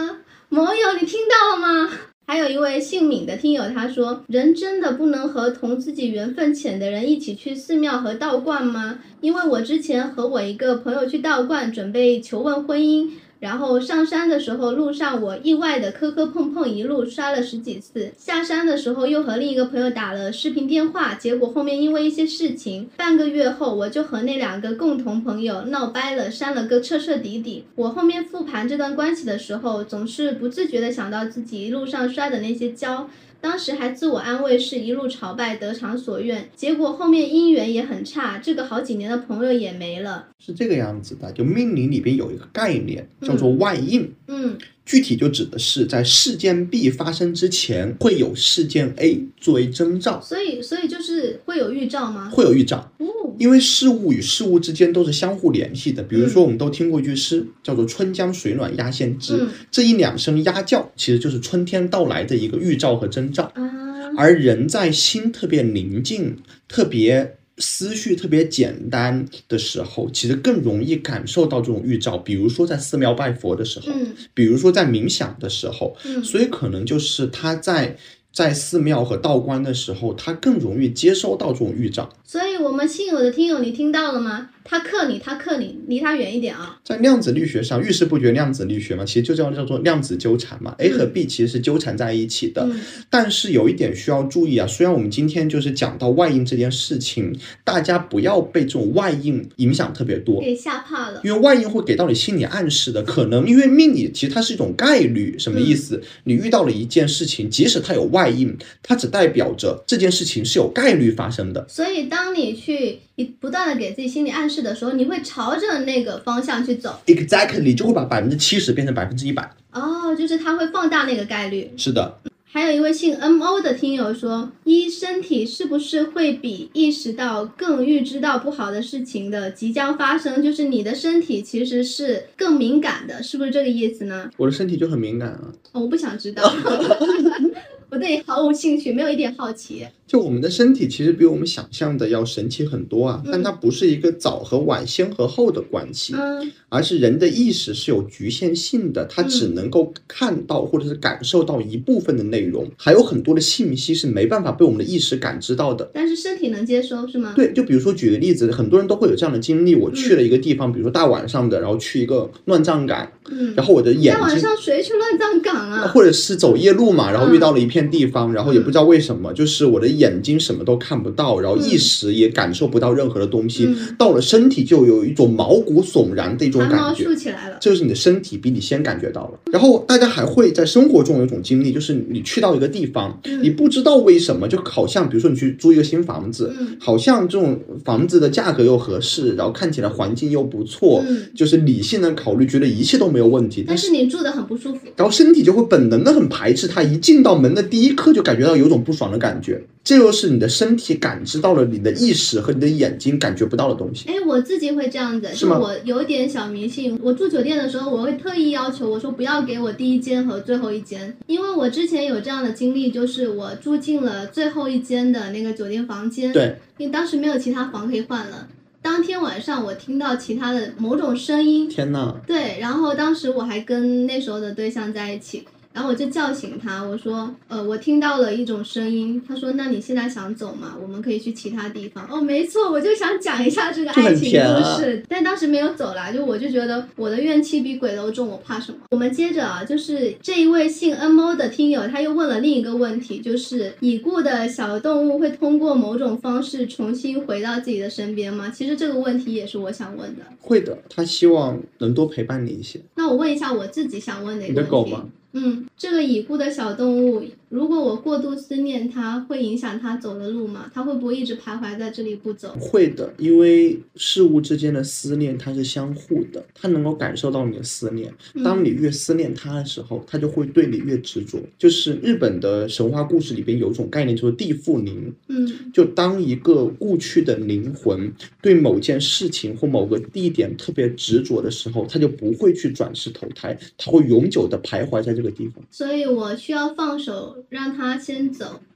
盟友，你听到了吗？还有一位姓闵的听友他说，人真的不能和同自己缘分浅的人一起去寺庙和道观吗？因为我之前和我一个朋友去道观准备求问婚姻，然后上山的时候路上我意外的磕磕碰碰，一路摔了10几次，下山的时候又和另一个朋友打了视频电话，结果后面因为一些事情，半个月后我就和那2个共同朋友闹掰了，删了个彻彻底底。我后面复盘这段关系的时候，总是不自觉的想到自己一路上摔的那些跤，当时还自我安慰是一路朝拜得偿所愿，结果后面姻缘也很差，这个好几年的朋友也没了。 是这个样子的，就命理里边有一个概念叫做外应，具体就指的是在事件 B 发生之前会有事件 A 作为征兆。 所以就是会有预兆吗？ 会有预兆，因为事物与事物之间都是相互联系的。比如说我们都听过一句诗叫做春江水暖鸭先知，这一2声鸭叫其实就是春天到来的一个预兆和征兆。而人在心特别宁静，特别思绪特别简单的时候，其实更容易感受到这种预兆。比如说在寺庙拜佛的时候，比如说在冥想的时候，所以可能就是他在寺庙和道观的时候，他更容易接收到这种预兆。 所以我们信友的听友，你听到了吗？他克你，离他远一点啊！ 在量子力学上，遇事不决量子力学嘛，其实就叫做量子纠缠嘛。A 和 B 其实是纠缠在一起的。但是有一点需要注意啊，虽然我们今天就是讲到外应这件事情，大家不要被这种外应影响特别多， 给吓怕了。 因为外应会给到你心理暗示的，可能因为命理其实它是一种概率，什么意思？你遇到了一件事情，即使它有外应，它只代表着这件事情是有概率发生的。 所以当你不断的给自己心理暗示的时候，你会朝着那个方向去走。 Exactly， 就会把70%变成100%。 就是它会放大那个概率。 是的。 还有一位姓 MO 的听友说，身体是不是会比意识到更预知到不好的事情的即将发生，就是你的身体其实是更敏感的，是不是这个意思呢？ 我的身体就很敏感啊。 我不想知道。我对你毫无兴趣，没有一点好奇。 就我们的身体其实比我们想象的要神奇很多啊，但它不是一个早和晚、先和后的关系，而是人的意识是有局限性的，它只能够看到或者是感受到一部分的内容，还有很多的信息是没办法被我们的意识感知到的。 但是身体能接收是吗？ 对，就比如说举个例子，很多人都会有这样的经历，我去了一个地方，比如说大晚上的，然后去一个乱葬岗，然后我的眼睛， 大晚上谁去乱葬岗啊？ 或者是走夜路嘛，然后遇到了一片地方，然后也不知道为什么，就是我的眼睛什么都看不到，然后意识也感受不到任何的东西，到了身体就有一种毛骨悚然的一种感觉， 汗毛竖起来了， 这就是你的身体比你先感觉到了。然后大家还会在生活中有一种经历，就是你去到一个地方，你不知道为什么，就好像比如说你去租一个新房子，好像这种房子的价格又合适，然后看起来环境又不错，就是理性的考虑，觉得一切都没有问题， 但是你住得很不舒服， 然后身体就会本能的很排斥它，一进到门的第一刻就感觉到有种不爽的感觉，这就是你的身体感知到了你的意识和你的眼睛感觉不到的东西。 我自己会这样子， 是吗？ 我有点小迷信，我住酒店的时候我会特意要求我说不要给我第一间和最后一间，因为我之前有这样的经历，就是我住进了最后一间的那个酒店房间， 对， 因为当时没有其他房可以换了，当天晚上我听到其他的某种声音， 天哪， 对，然后当时我还跟那时候的对象在一起，然后我就叫醒他，我说我听到了一种声音，他说那你现在想走吗？我们可以去其他地方。没错，我就想讲一下这个爱情故事，但当时没有走啦，我就觉得我的怨气比鬼楼重，我怕什么？我们接着就是这一位姓 MO 的听友他又问了另一个问题，就是已故的小动物会通过某种方式重新回到自己的身边吗？其实这个问题也是我想问的。 会的，他希望能多陪伴你一些。 那我问一下我自己想问的一个问题， 你的狗吗？ 这个已故的小动物，如果我过度思念它，会影响它走的路吗？它会不会一直徘徊在这里不走？ 会的，因为事物之间的思念它是相互的，它能够感受到你的思念。当你越思念它的时候，它就会对你越执着。就是日本的神话故事里边有一种概念，就是地缚灵。就当一个故去的灵魂对某件事情或某个地点特别执着的时候，它就不会去转世投胎，它会永久的徘徊在这个地方。 所以我需要放手让它先走，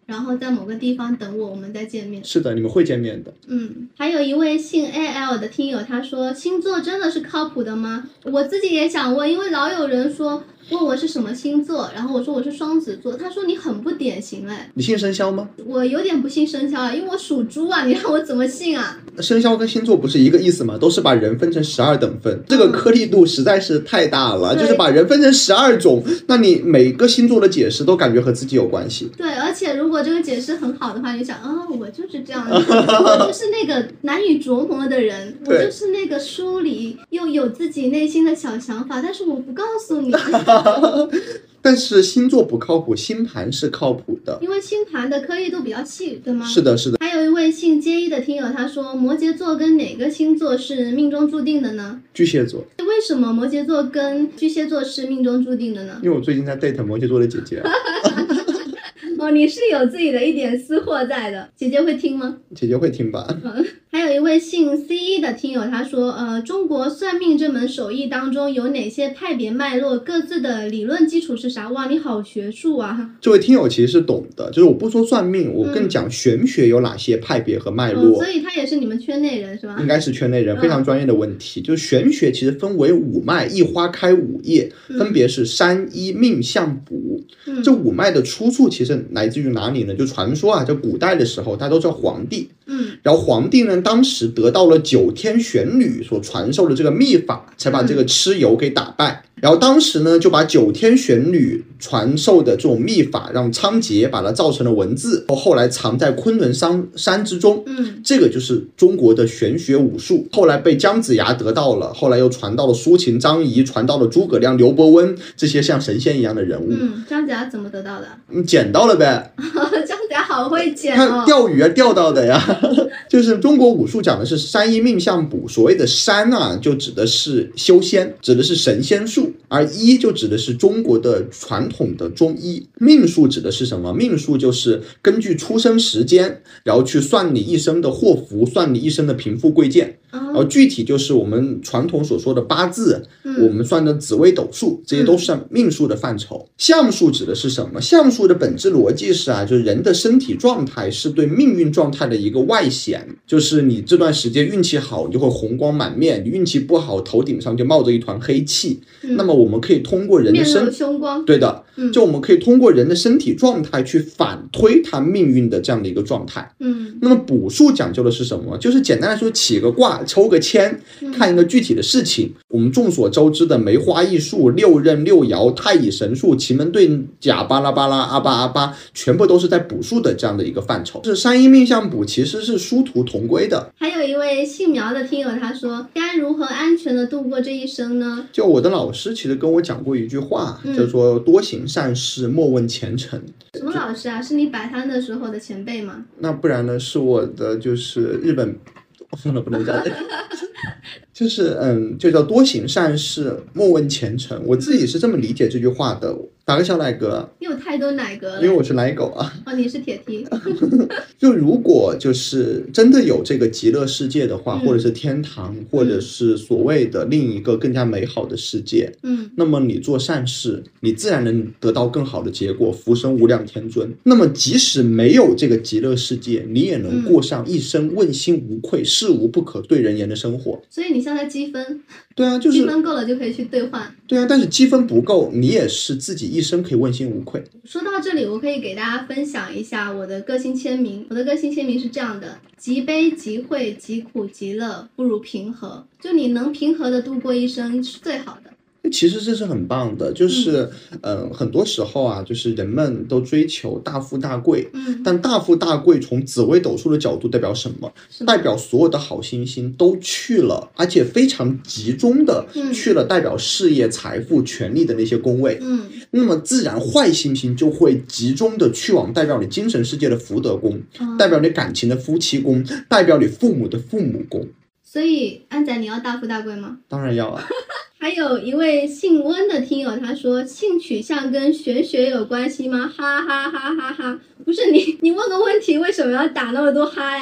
然后在某个地方等我们再见面。 是的，你们会见面的。 还有一位姓 AL 的听友，他说星座真的是靠谱的吗？我自己也想问，因为老有人问我是什么星座，然后我说我是双子座，他说你很不典型哎。 你信生肖吗？ 我有点不信生肖啊，因为我属猪啊，你让我怎么信啊？ 生肖跟星座不是一个意思吗？都是把人分成12等份，这个颗粒度实在是太大了，就是把人分成12种，那你每个星座的解释都感觉和自己有关系。 对，而且如果这个解释很好的话，你想我就是这样的，我就是那个难以琢磨的人，我就是那个书里又有自己内心的小想法，但是我不告诉你。 但是星座不靠谱，星盘是靠谱的， 因为星盘的颗粒度比较细，对吗？ 是的，是的。 还有一位姓接一的听友，他说摩羯座跟哪个星座是命中注定的呢？ 巨蟹座。 为什么摩羯座跟巨蟹座是命中注定的呢？ 因为我最近在 date 摩羯座的姐姐。 你是有自己的一点私货在的，姐姐会听吗？ 姐姐会听吧。 还有一位姓 C 的听友，他说中国算命这门手艺当中有哪些派别脉络，各自的理论基础是啥？哇，你好学术啊。 这位听友其实是懂的，就是我不说算命，我更讲玄学有哪些派别和脉络。 所以他也是你们圈内人是吧？ 应该是圈内人，非常专业的问题。就是玄学其实分为5脉，一花开5叶，分别是山医命相卜。这5脉的出处其实来自于哪里呢？就传说啊，在古代的时候，他都叫皇帝。然后皇帝呢，当时得到了9天玄女所传授的这个秘法，才把这个蚩尤给打败。然后当时呢，就把9天玄女传授的这种秘法，让仓颉把它造成了文字，后来藏在昆仑山之中。这个就是中国的玄学武术。后来被姜子牙得到了，后来又传到了苏秦、张仪，传到了诸葛亮、刘伯温这些像神仙一样的人物。 姜子牙怎么得到的？ 捡到了呗。 姜子牙好会捡他钓鱼啊钓到的呀。就是中国武术讲的是山医命相卜，所谓的山啊，就指的是修仙，指的是神仙术。而医就指的是中国的传统的中医，命数指的是什么？命数就是根据出生时间，然后去算你一生的祸福，算你一生的贫富贵贱。然后具体就是我们传统所说的八字，我们算的紫微斗数，这些都是命数的范畴。相数指的是什么？相数的本质逻辑是就是人的身体状态是对命运状态的一个外显，就是你这段时间运气好，你就会红光满面；你运气不好，头顶上就冒着一团黑气。那么我们可以通过人的面露凶光， 对的，就我们可以通过人的身体状态去反推他命运的这样的一个状态。那么卜术讲究的是什么？就是简单来说，起个卦，抽个签，看一个具体的事情。我们众所周知的梅花易数、6壬6爻、太乙神术、奇门遁甲、巴拉巴拉、阿巴阿巴，全部都是在卜术的这样的一个范畴。是山医命相卜其实是殊途同归的。 还有一位姓苗的听友他说，该如何安全的度过这一生呢？ 就我的老师其实跟我讲过一句话，叫做多行善事，莫问前程。 什么老师啊？是你摆摊的时候的前辈吗？ 那不然呢？是我的就是日本，算了，不能讲。就是就叫多行善事，莫问前程。我自己是这么理解这句话的。打个小奶哥， 你有太多奶哥了， 因为我是奶狗啊。 你是铁梯。 就如果就是真的有这个极乐世界的话，或者是天堂，或者是所谓的另一个更加美好的世界，那么你做善事，你自然能得到更好的结果，福生无量天尊。那么即使没有这个极乐世界，你也能过上一生问心无愧、事无不可对人言的生活。 所以你现在积分， 对啊，就是积分够了就可以去兑换。 对啊，但是积分不够，你也是自己一生可以问心无愧。 说到这里，我可以给大家分享一下我的个性签名。我的个性签名是这样的：极悲极慧，极苦极乐，不如平和。就你能平和的度过一生是最好的。 其实这是很棒的，就是很多时候啊，就是人们都追求大富大贵，但大富大贵从紫微斗数的角度代表什么？代表所有的好星星都去了，而且非常集中的去了代表事业、财富、权力的那些宫位。那么自然坏星星就会集中的去往代表你精神世界的福德宫，代表你感情的夫妻宫，代表你父母的父母宫。 所以安仔，你要大富大贵吗？ 当然要啊。 还有一位姓温的听友，他说性取向跟玄学有关系吗？哈哈哈哈哈！不是你问个问题，为什么要打那么多哈呀？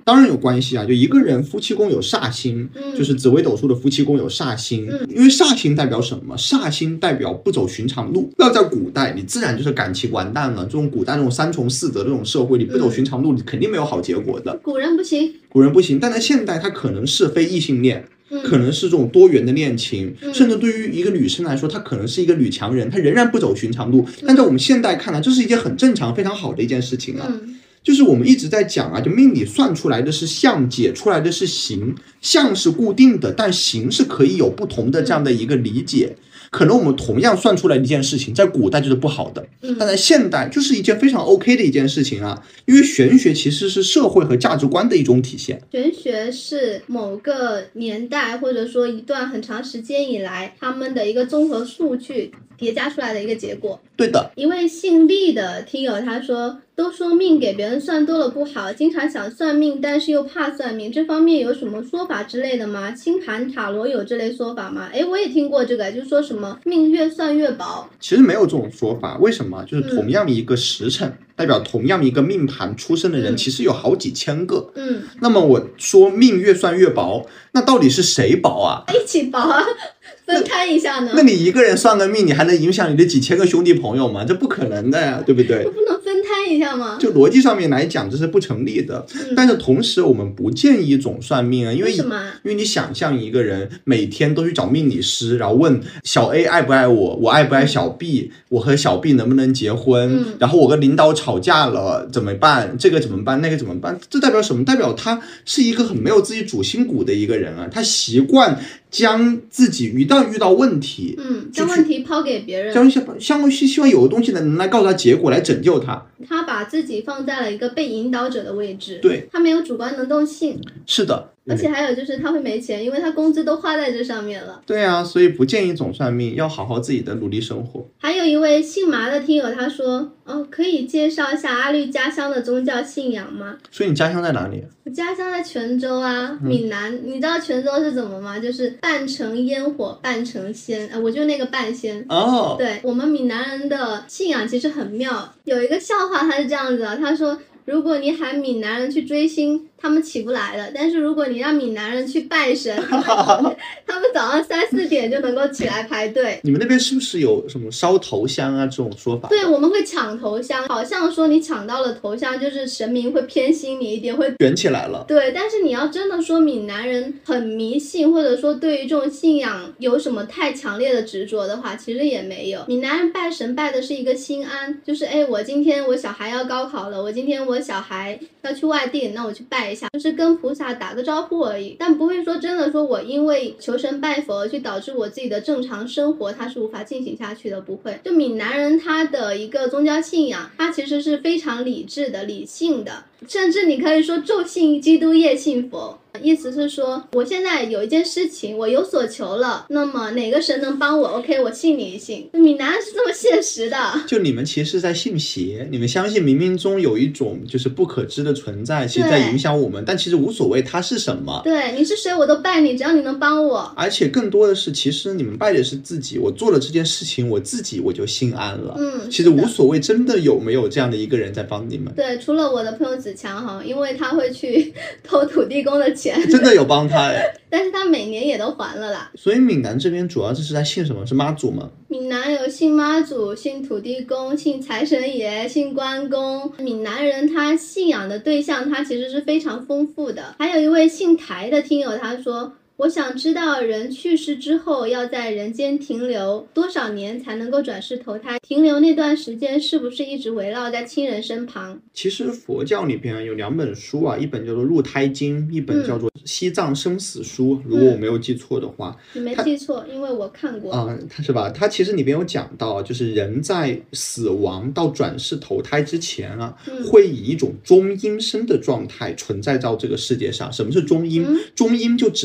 当然有关系啊，就一个人夫妻宫有煞星，就是紫微斗数的夫妻宫有煞星，因为煞星代表什么？煞星代表不走寻常路。要在古代，你自然就是感情完蛋了。这种古代这种三从四德这种社会，你不走寻常路，你肯定没有好结果的。 古人不行， 古人不行，但在现代，它可能是非异性恋。可能是这种多元的恋情，甚至对于一个女生来说，她可能是一个女强人，她仍然不走寻常路。但在我们现代看来，这是一件很正常、非常好的一件事情啊。就是我们一直在讲啊，就命理算出来的是象，解出来的是形，象是固定的，但形是可以有不同的这样的一个理解。可能我们同样算出来的一件事情，在古代就是不好的，但在现代就是一件非常 OK 的一件事情啊。因为玄学其实是社会和价值观的一种体现。 玄学是某个年代或者说一段很长时间以来他们的一个综合数据叠加出来的一个结果。 对的。 一位姓厉的听友他说，都说命给别人算多了不好，经常想算命但是又怕算命，这方面有什么说法之类的吗？星盘塔罗有这类说法吗？我也听过这个，就说什么命越算越薄。 其实没有这种说法，为什么？就是同样一个时辰，代表同样一个命盘出生的人，其实有好几千个。那么我说命越算越薄，那到底是谁薄啊？ 一起薄啊，分开一下呢？ 那你一个人算个命，你还能影响你的几千个兄弟朋友吗？这不可能的呀，对不对？ 不能分摊一下吗？ 就逻辑上面来讲，这是不成立的。但是同时，我们不建议总算命啊，因为什么？ 因为你想象一个人每天都去找命理师，然后问小 A 爱不爱我，我爱不爱小 B，我和小 B 能不能结婚？然后我跟领导吵架了怎么办？这个怎么办？那个怎么办？这代表什么？代表他是一个很没有自己主心骨的一个人啊，他习惯将自己一旦遇到问题， 将问题抛给别人， 希望有个东西能来告诉他结果，来拯救他。 他把自己放在了一个被引导者的位置， 对， 他没有主观能动性。 是的。 而且还有就是他会没钱，因为他工资都花在这上面了。 对啊，所以不建议总算命，要好好自己的努力生活。 还有一位姓麻的听友他说，可以介绍一下阿绿家乡的宗教信仰吗？ 所以你家乡在哪里？ 我家乡在泉州啊，闽南。你知道泉州是怎么吗？就是半成烟火半成仙，我就那个半仙。对，我们闽南人的信仰其实很妙。有一个笑话他是这样子的，他说如果你喊闽南人去追星，他们起不来了，但是如果你让闽南人去拜神，他们早上3、4点就能够起来排队。 你们那边是不是有什么烧头香啊这种说法？ 对，我们会抢头香，好像说你抢到了头香，就是神明会偏心你一点，会卷起来了。 对，但是你要真的说闽南人很迷信，或者说对于这种信仰有什么太强烈的执着的话，其实也没有。闽南人拜神拜的是一个心安，就是我今天我小孩要高考了，我今天我小孩要去外地，那我去拜一下，就是跟菩萨打个招呼而已，但不会说真的说我因为求神拜佛而去导致我自己的正常生活它是无法进行下去的，不会。就闽南人他的一个宗教信仰，他其实是非常理智的、理性的，甚至你可以说昼信基督夜信佛。意思是说，我现在有一件事情，我有所求了，那么哪个神能帮我 ？OK， 我信你一信。闽南是这么现实的。 就你们其实是在信邪，你们相信冥冥中有一种就是不可知的存在，其实在影响我们，但其实无所谓它是什么。 对，你是谁我都拜你，只要你能帮我。 而且更多的是，其实你们拜的是自己，我做了这件事情，我自己我就心安了。其实无所谓，真的有没有这样的一个人在帮你们？ 对，除了我的朋友子强哈，因为他会去偷土地公的钱。 真的有帮他但是他每年也都还了啦。 所以闽南这边主要就是在信什么？是妈祖吗？ 闽南有信妈祖、信土地公、信财神爷、信关公。闽南人他信仰的对象他其实是非常丰富的。还有一位姓台的听友他说，我想知道人去世之后要在人间停留多少年才能够转世投胎，停留那段时间是不是一直围绕在亲人身旁？ 其实佛教里边有2本书啊，一本叫做入胎经，一本叫做西藏生死书，如果我没有记错的话。 你没记错，因为我看过它是吧？它其实里边有讲到，就是人在死亡到转世投胎之前啊，会以一种中阴身的状态存在到这个世界上。什么是中阴？中阴就指的是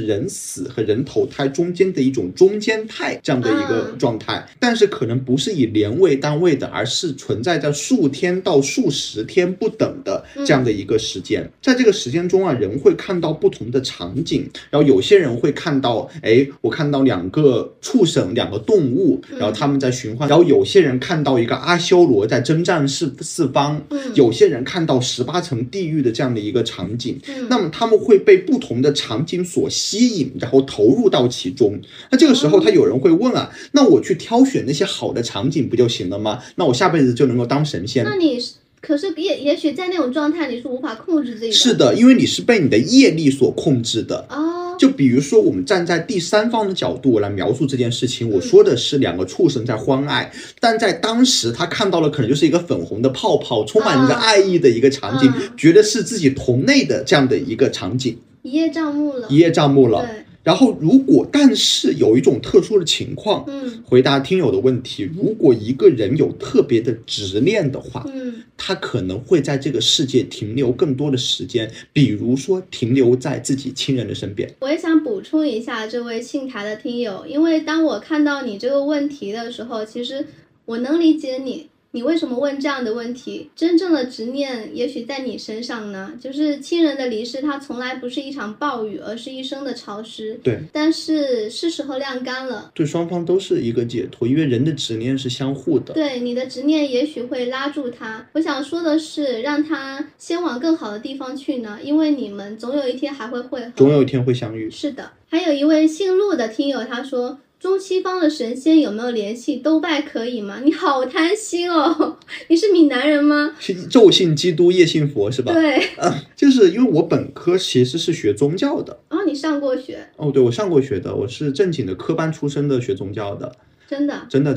人死和人投胎中间的一种中间态这样的一个状态，但是可能不是以年为单位的，而是存在在数天到数十天不等的这样的一个时间。在这个时间中啊，人会看到不同的场景，然后有些人会看到，我看到2个畜生2个动物，然后他们在循环，然后有些人看到一个阿修罗在征战四方，有些人看到18层地狱的这样的一个场景，那么他们会被不同的场景所吸引，然后投入到其中。那这个时候他有人会问啊，那我去挑选那些好的场景不就行了吗？那我下辈子就能够当神仙？ 那你可是也许在那种状态你是无法控制自己的。 是的，因为你是被你的业力所控制的。就比如说我们站在第三方的角度来描述这件事情，我说的是2个畜生在欢爱，但在当时他看到了可能就是一个粉红的泡泡，充满着爱意的一个场景，觉得是自己同类的这样的一个场景， 一叶障目了。 对。然后但是有一种特殊的情况，回答听友的问题，如果一个人有特别的执念的话，他可能会在这个世界停留更多的时间，比如说停留在自己亲人的身边。 我也想补充一下这位信台的听友，因为当我看到你这个问题的时候，其实我能理解你为什么问这样的问题？真正的执念也许在你身上呢，就是亲人的离世，它从来不是一场暴雨，而是一生的潮湿。 对， 但是时候晾干了， 对双方都是一个解脱，因为人的执念是相互的。 对，你的执念也许会拉住他。我想说的是，让他先往更好的地方去呢，因为你们总有一天还会汇合， 总有一天会相遇。 是的。还有一位姓陆的听友，他说，中西方的神仙有没有联系？都拜可以吗？你好贪心哦！你是闽南人吗？ 是昼信基督夜信佛是吧？ 对， 就是因为我本科其实是学宗教的。 你上过学？ 对，我上过学的，我是正经的科班出身的学宗教的。 真的？ 真的。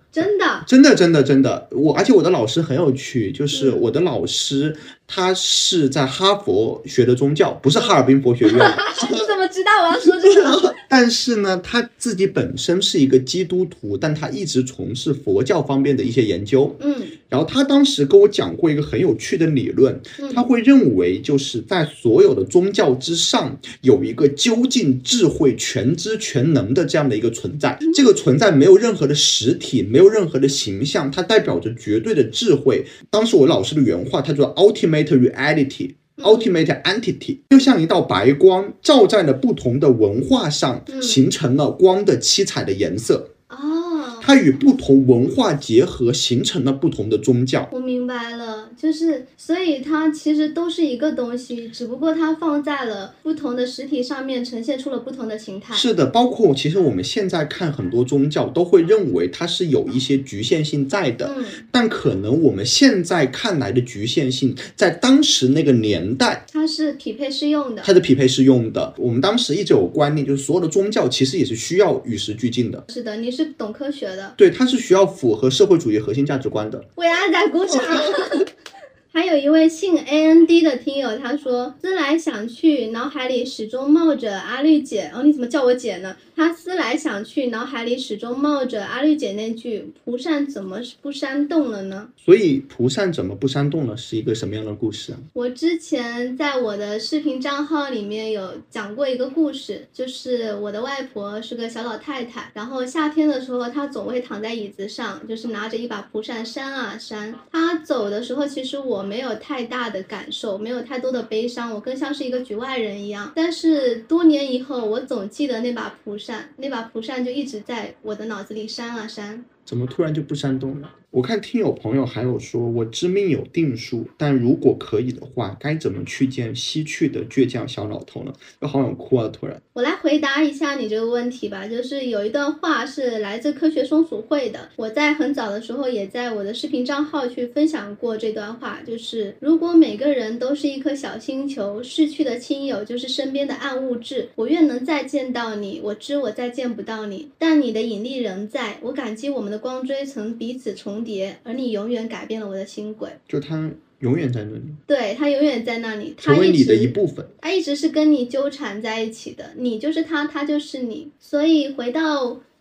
而且我的老师很有趣，就是我的老师他是在哈佛学的宗教，不是哈尔滨佛学院。 你怎么知道我要说这个？ 但是呢，他自己本身是一个基督徒，但他一直从事佛教方面的一些研究。然后他当时跟我讲过一个很有趣的理论，他会认为就是在所有的宗教之上有一个究竟智慧全知全能的这样的一个存在，这个存在没有任何的实体，没有任何的形象，它代表着绝对的智慧。当时我老师的原话，他说 ultimate reality。Ultimate entity 就像一道白光照在了不同的文化上，形成了光的七彩的颜色。它与不同文化结合，形成了不同的宗教。 我明白了，就是所以它其实都是一个东西，只不过它放在了不同的实体上面，呈现出了不同的形态。 是的，包括其实我们现在看很多宗教都会认为它是有一些局限性在的，但可能我们现在看来的局限性，在当时那个年代， 它是匹配适用的。 它是匹配适用的。我们当时一直有观念，就是所有的宗教其实也是需要与时俱进的。 是的，你是懂科学的。 对，它是需要符合社会主义核心价值观的。 为阿仔鼓掌。还有一位姓 AND 的听友，他说思来想去，脑海里始终冒着阿绿姐。你怎么叫我姐呢？他思来想去，脑海里始终冒着阿绿姐那句蒲扇怎么不煽动了呢？ 所以蒲扇怎么不煽动了是一个什么样的故事啊？ 我之前在我的视频账号里面有讲过一个故事，就是我的外婆是个小老太太，然后夏天的时候她总会躺在椅子上，就是拿着一把蒲扇扇啊扇。她走的时候其实我没有太大的感受，没有太多的悲伤，我更像是一个局外人一样。但是多年以后，我总记得那把蒲扇就一直在我的脑子里扇啊扇。 怎么突然就不煽动了？我看听友朋友还有说，我知命有定数，但如果可以的话，该怎么去见西去的倔强小老头呢？就好想哭啊！突然， 我来回答一下你这个问题吧。就是有一段话是来自科学松鼠会的，我在很早的时候也在我的视频账号去分享过这段话，就是如果每个人都是一颗小星球，逝去的亲友就是身边的暗物质，我愿能再见到你，我知我再见不到你，但你的引力仍在，我感激我们的光锥曾彼此重叠，而你永远改变了我的心轨。 就他永远在那里， 对，他永远在那里， 成为你的一部分，他一直是跟你纠缠在一起的，你就是他，他就是你。所以回到我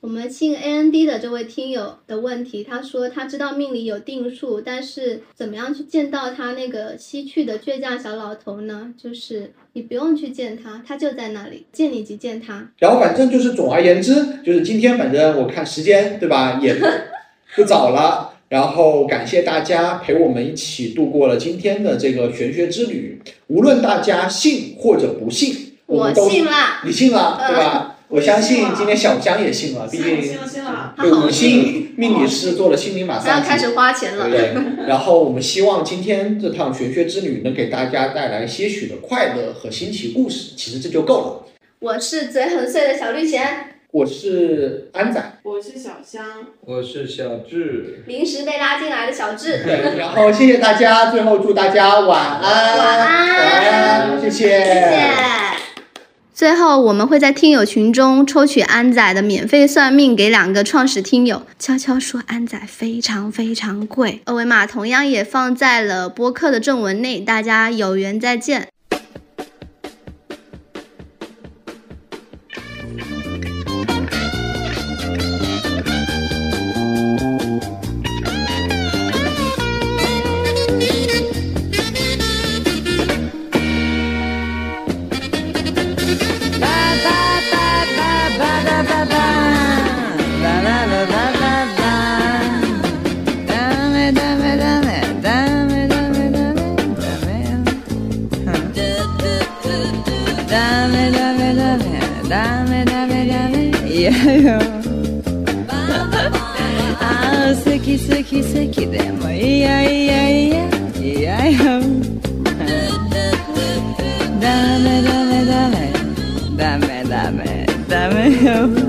我们姓 AND 的这位听友的问题，他说他知道命里有定数，但是怎么样去见到他那个西去的倔强小老头呢？就是你不用去见他，他就在那里，见你即见他。 然后反正就是总而言之，就是今天反正我看时间对吧，也不早了，然后感谢大家陪我们一起度过了今天的这个玄学之旅。无论大家信或者不信， 我信了， 你信了对吧？我相信今天小江也信了，毕竟对五星命理师做了心灵马上要开始花钱了， 对。然后我们希望今天这趟玄学之旅能给大家带来些许的快乐和新奇故事，其实这就够了。 我是嘴很碎的小绿钱， 我是安仔， 我是小香， 我是小智， 临时被拉进来的小智。 对，然后谢谢大家，最后祝大家晚安， 晚安， 谢谢， 谢谢。最后我们会在听友群中抽取安仔的免费算命给2个创始听友，悄悄说安仔非常非常贵，二维码同样也放在了播客的正文内，大家有缘再见。 好き好き好きでもいやいやいやいやよダメダメダメダメダメダメダメよ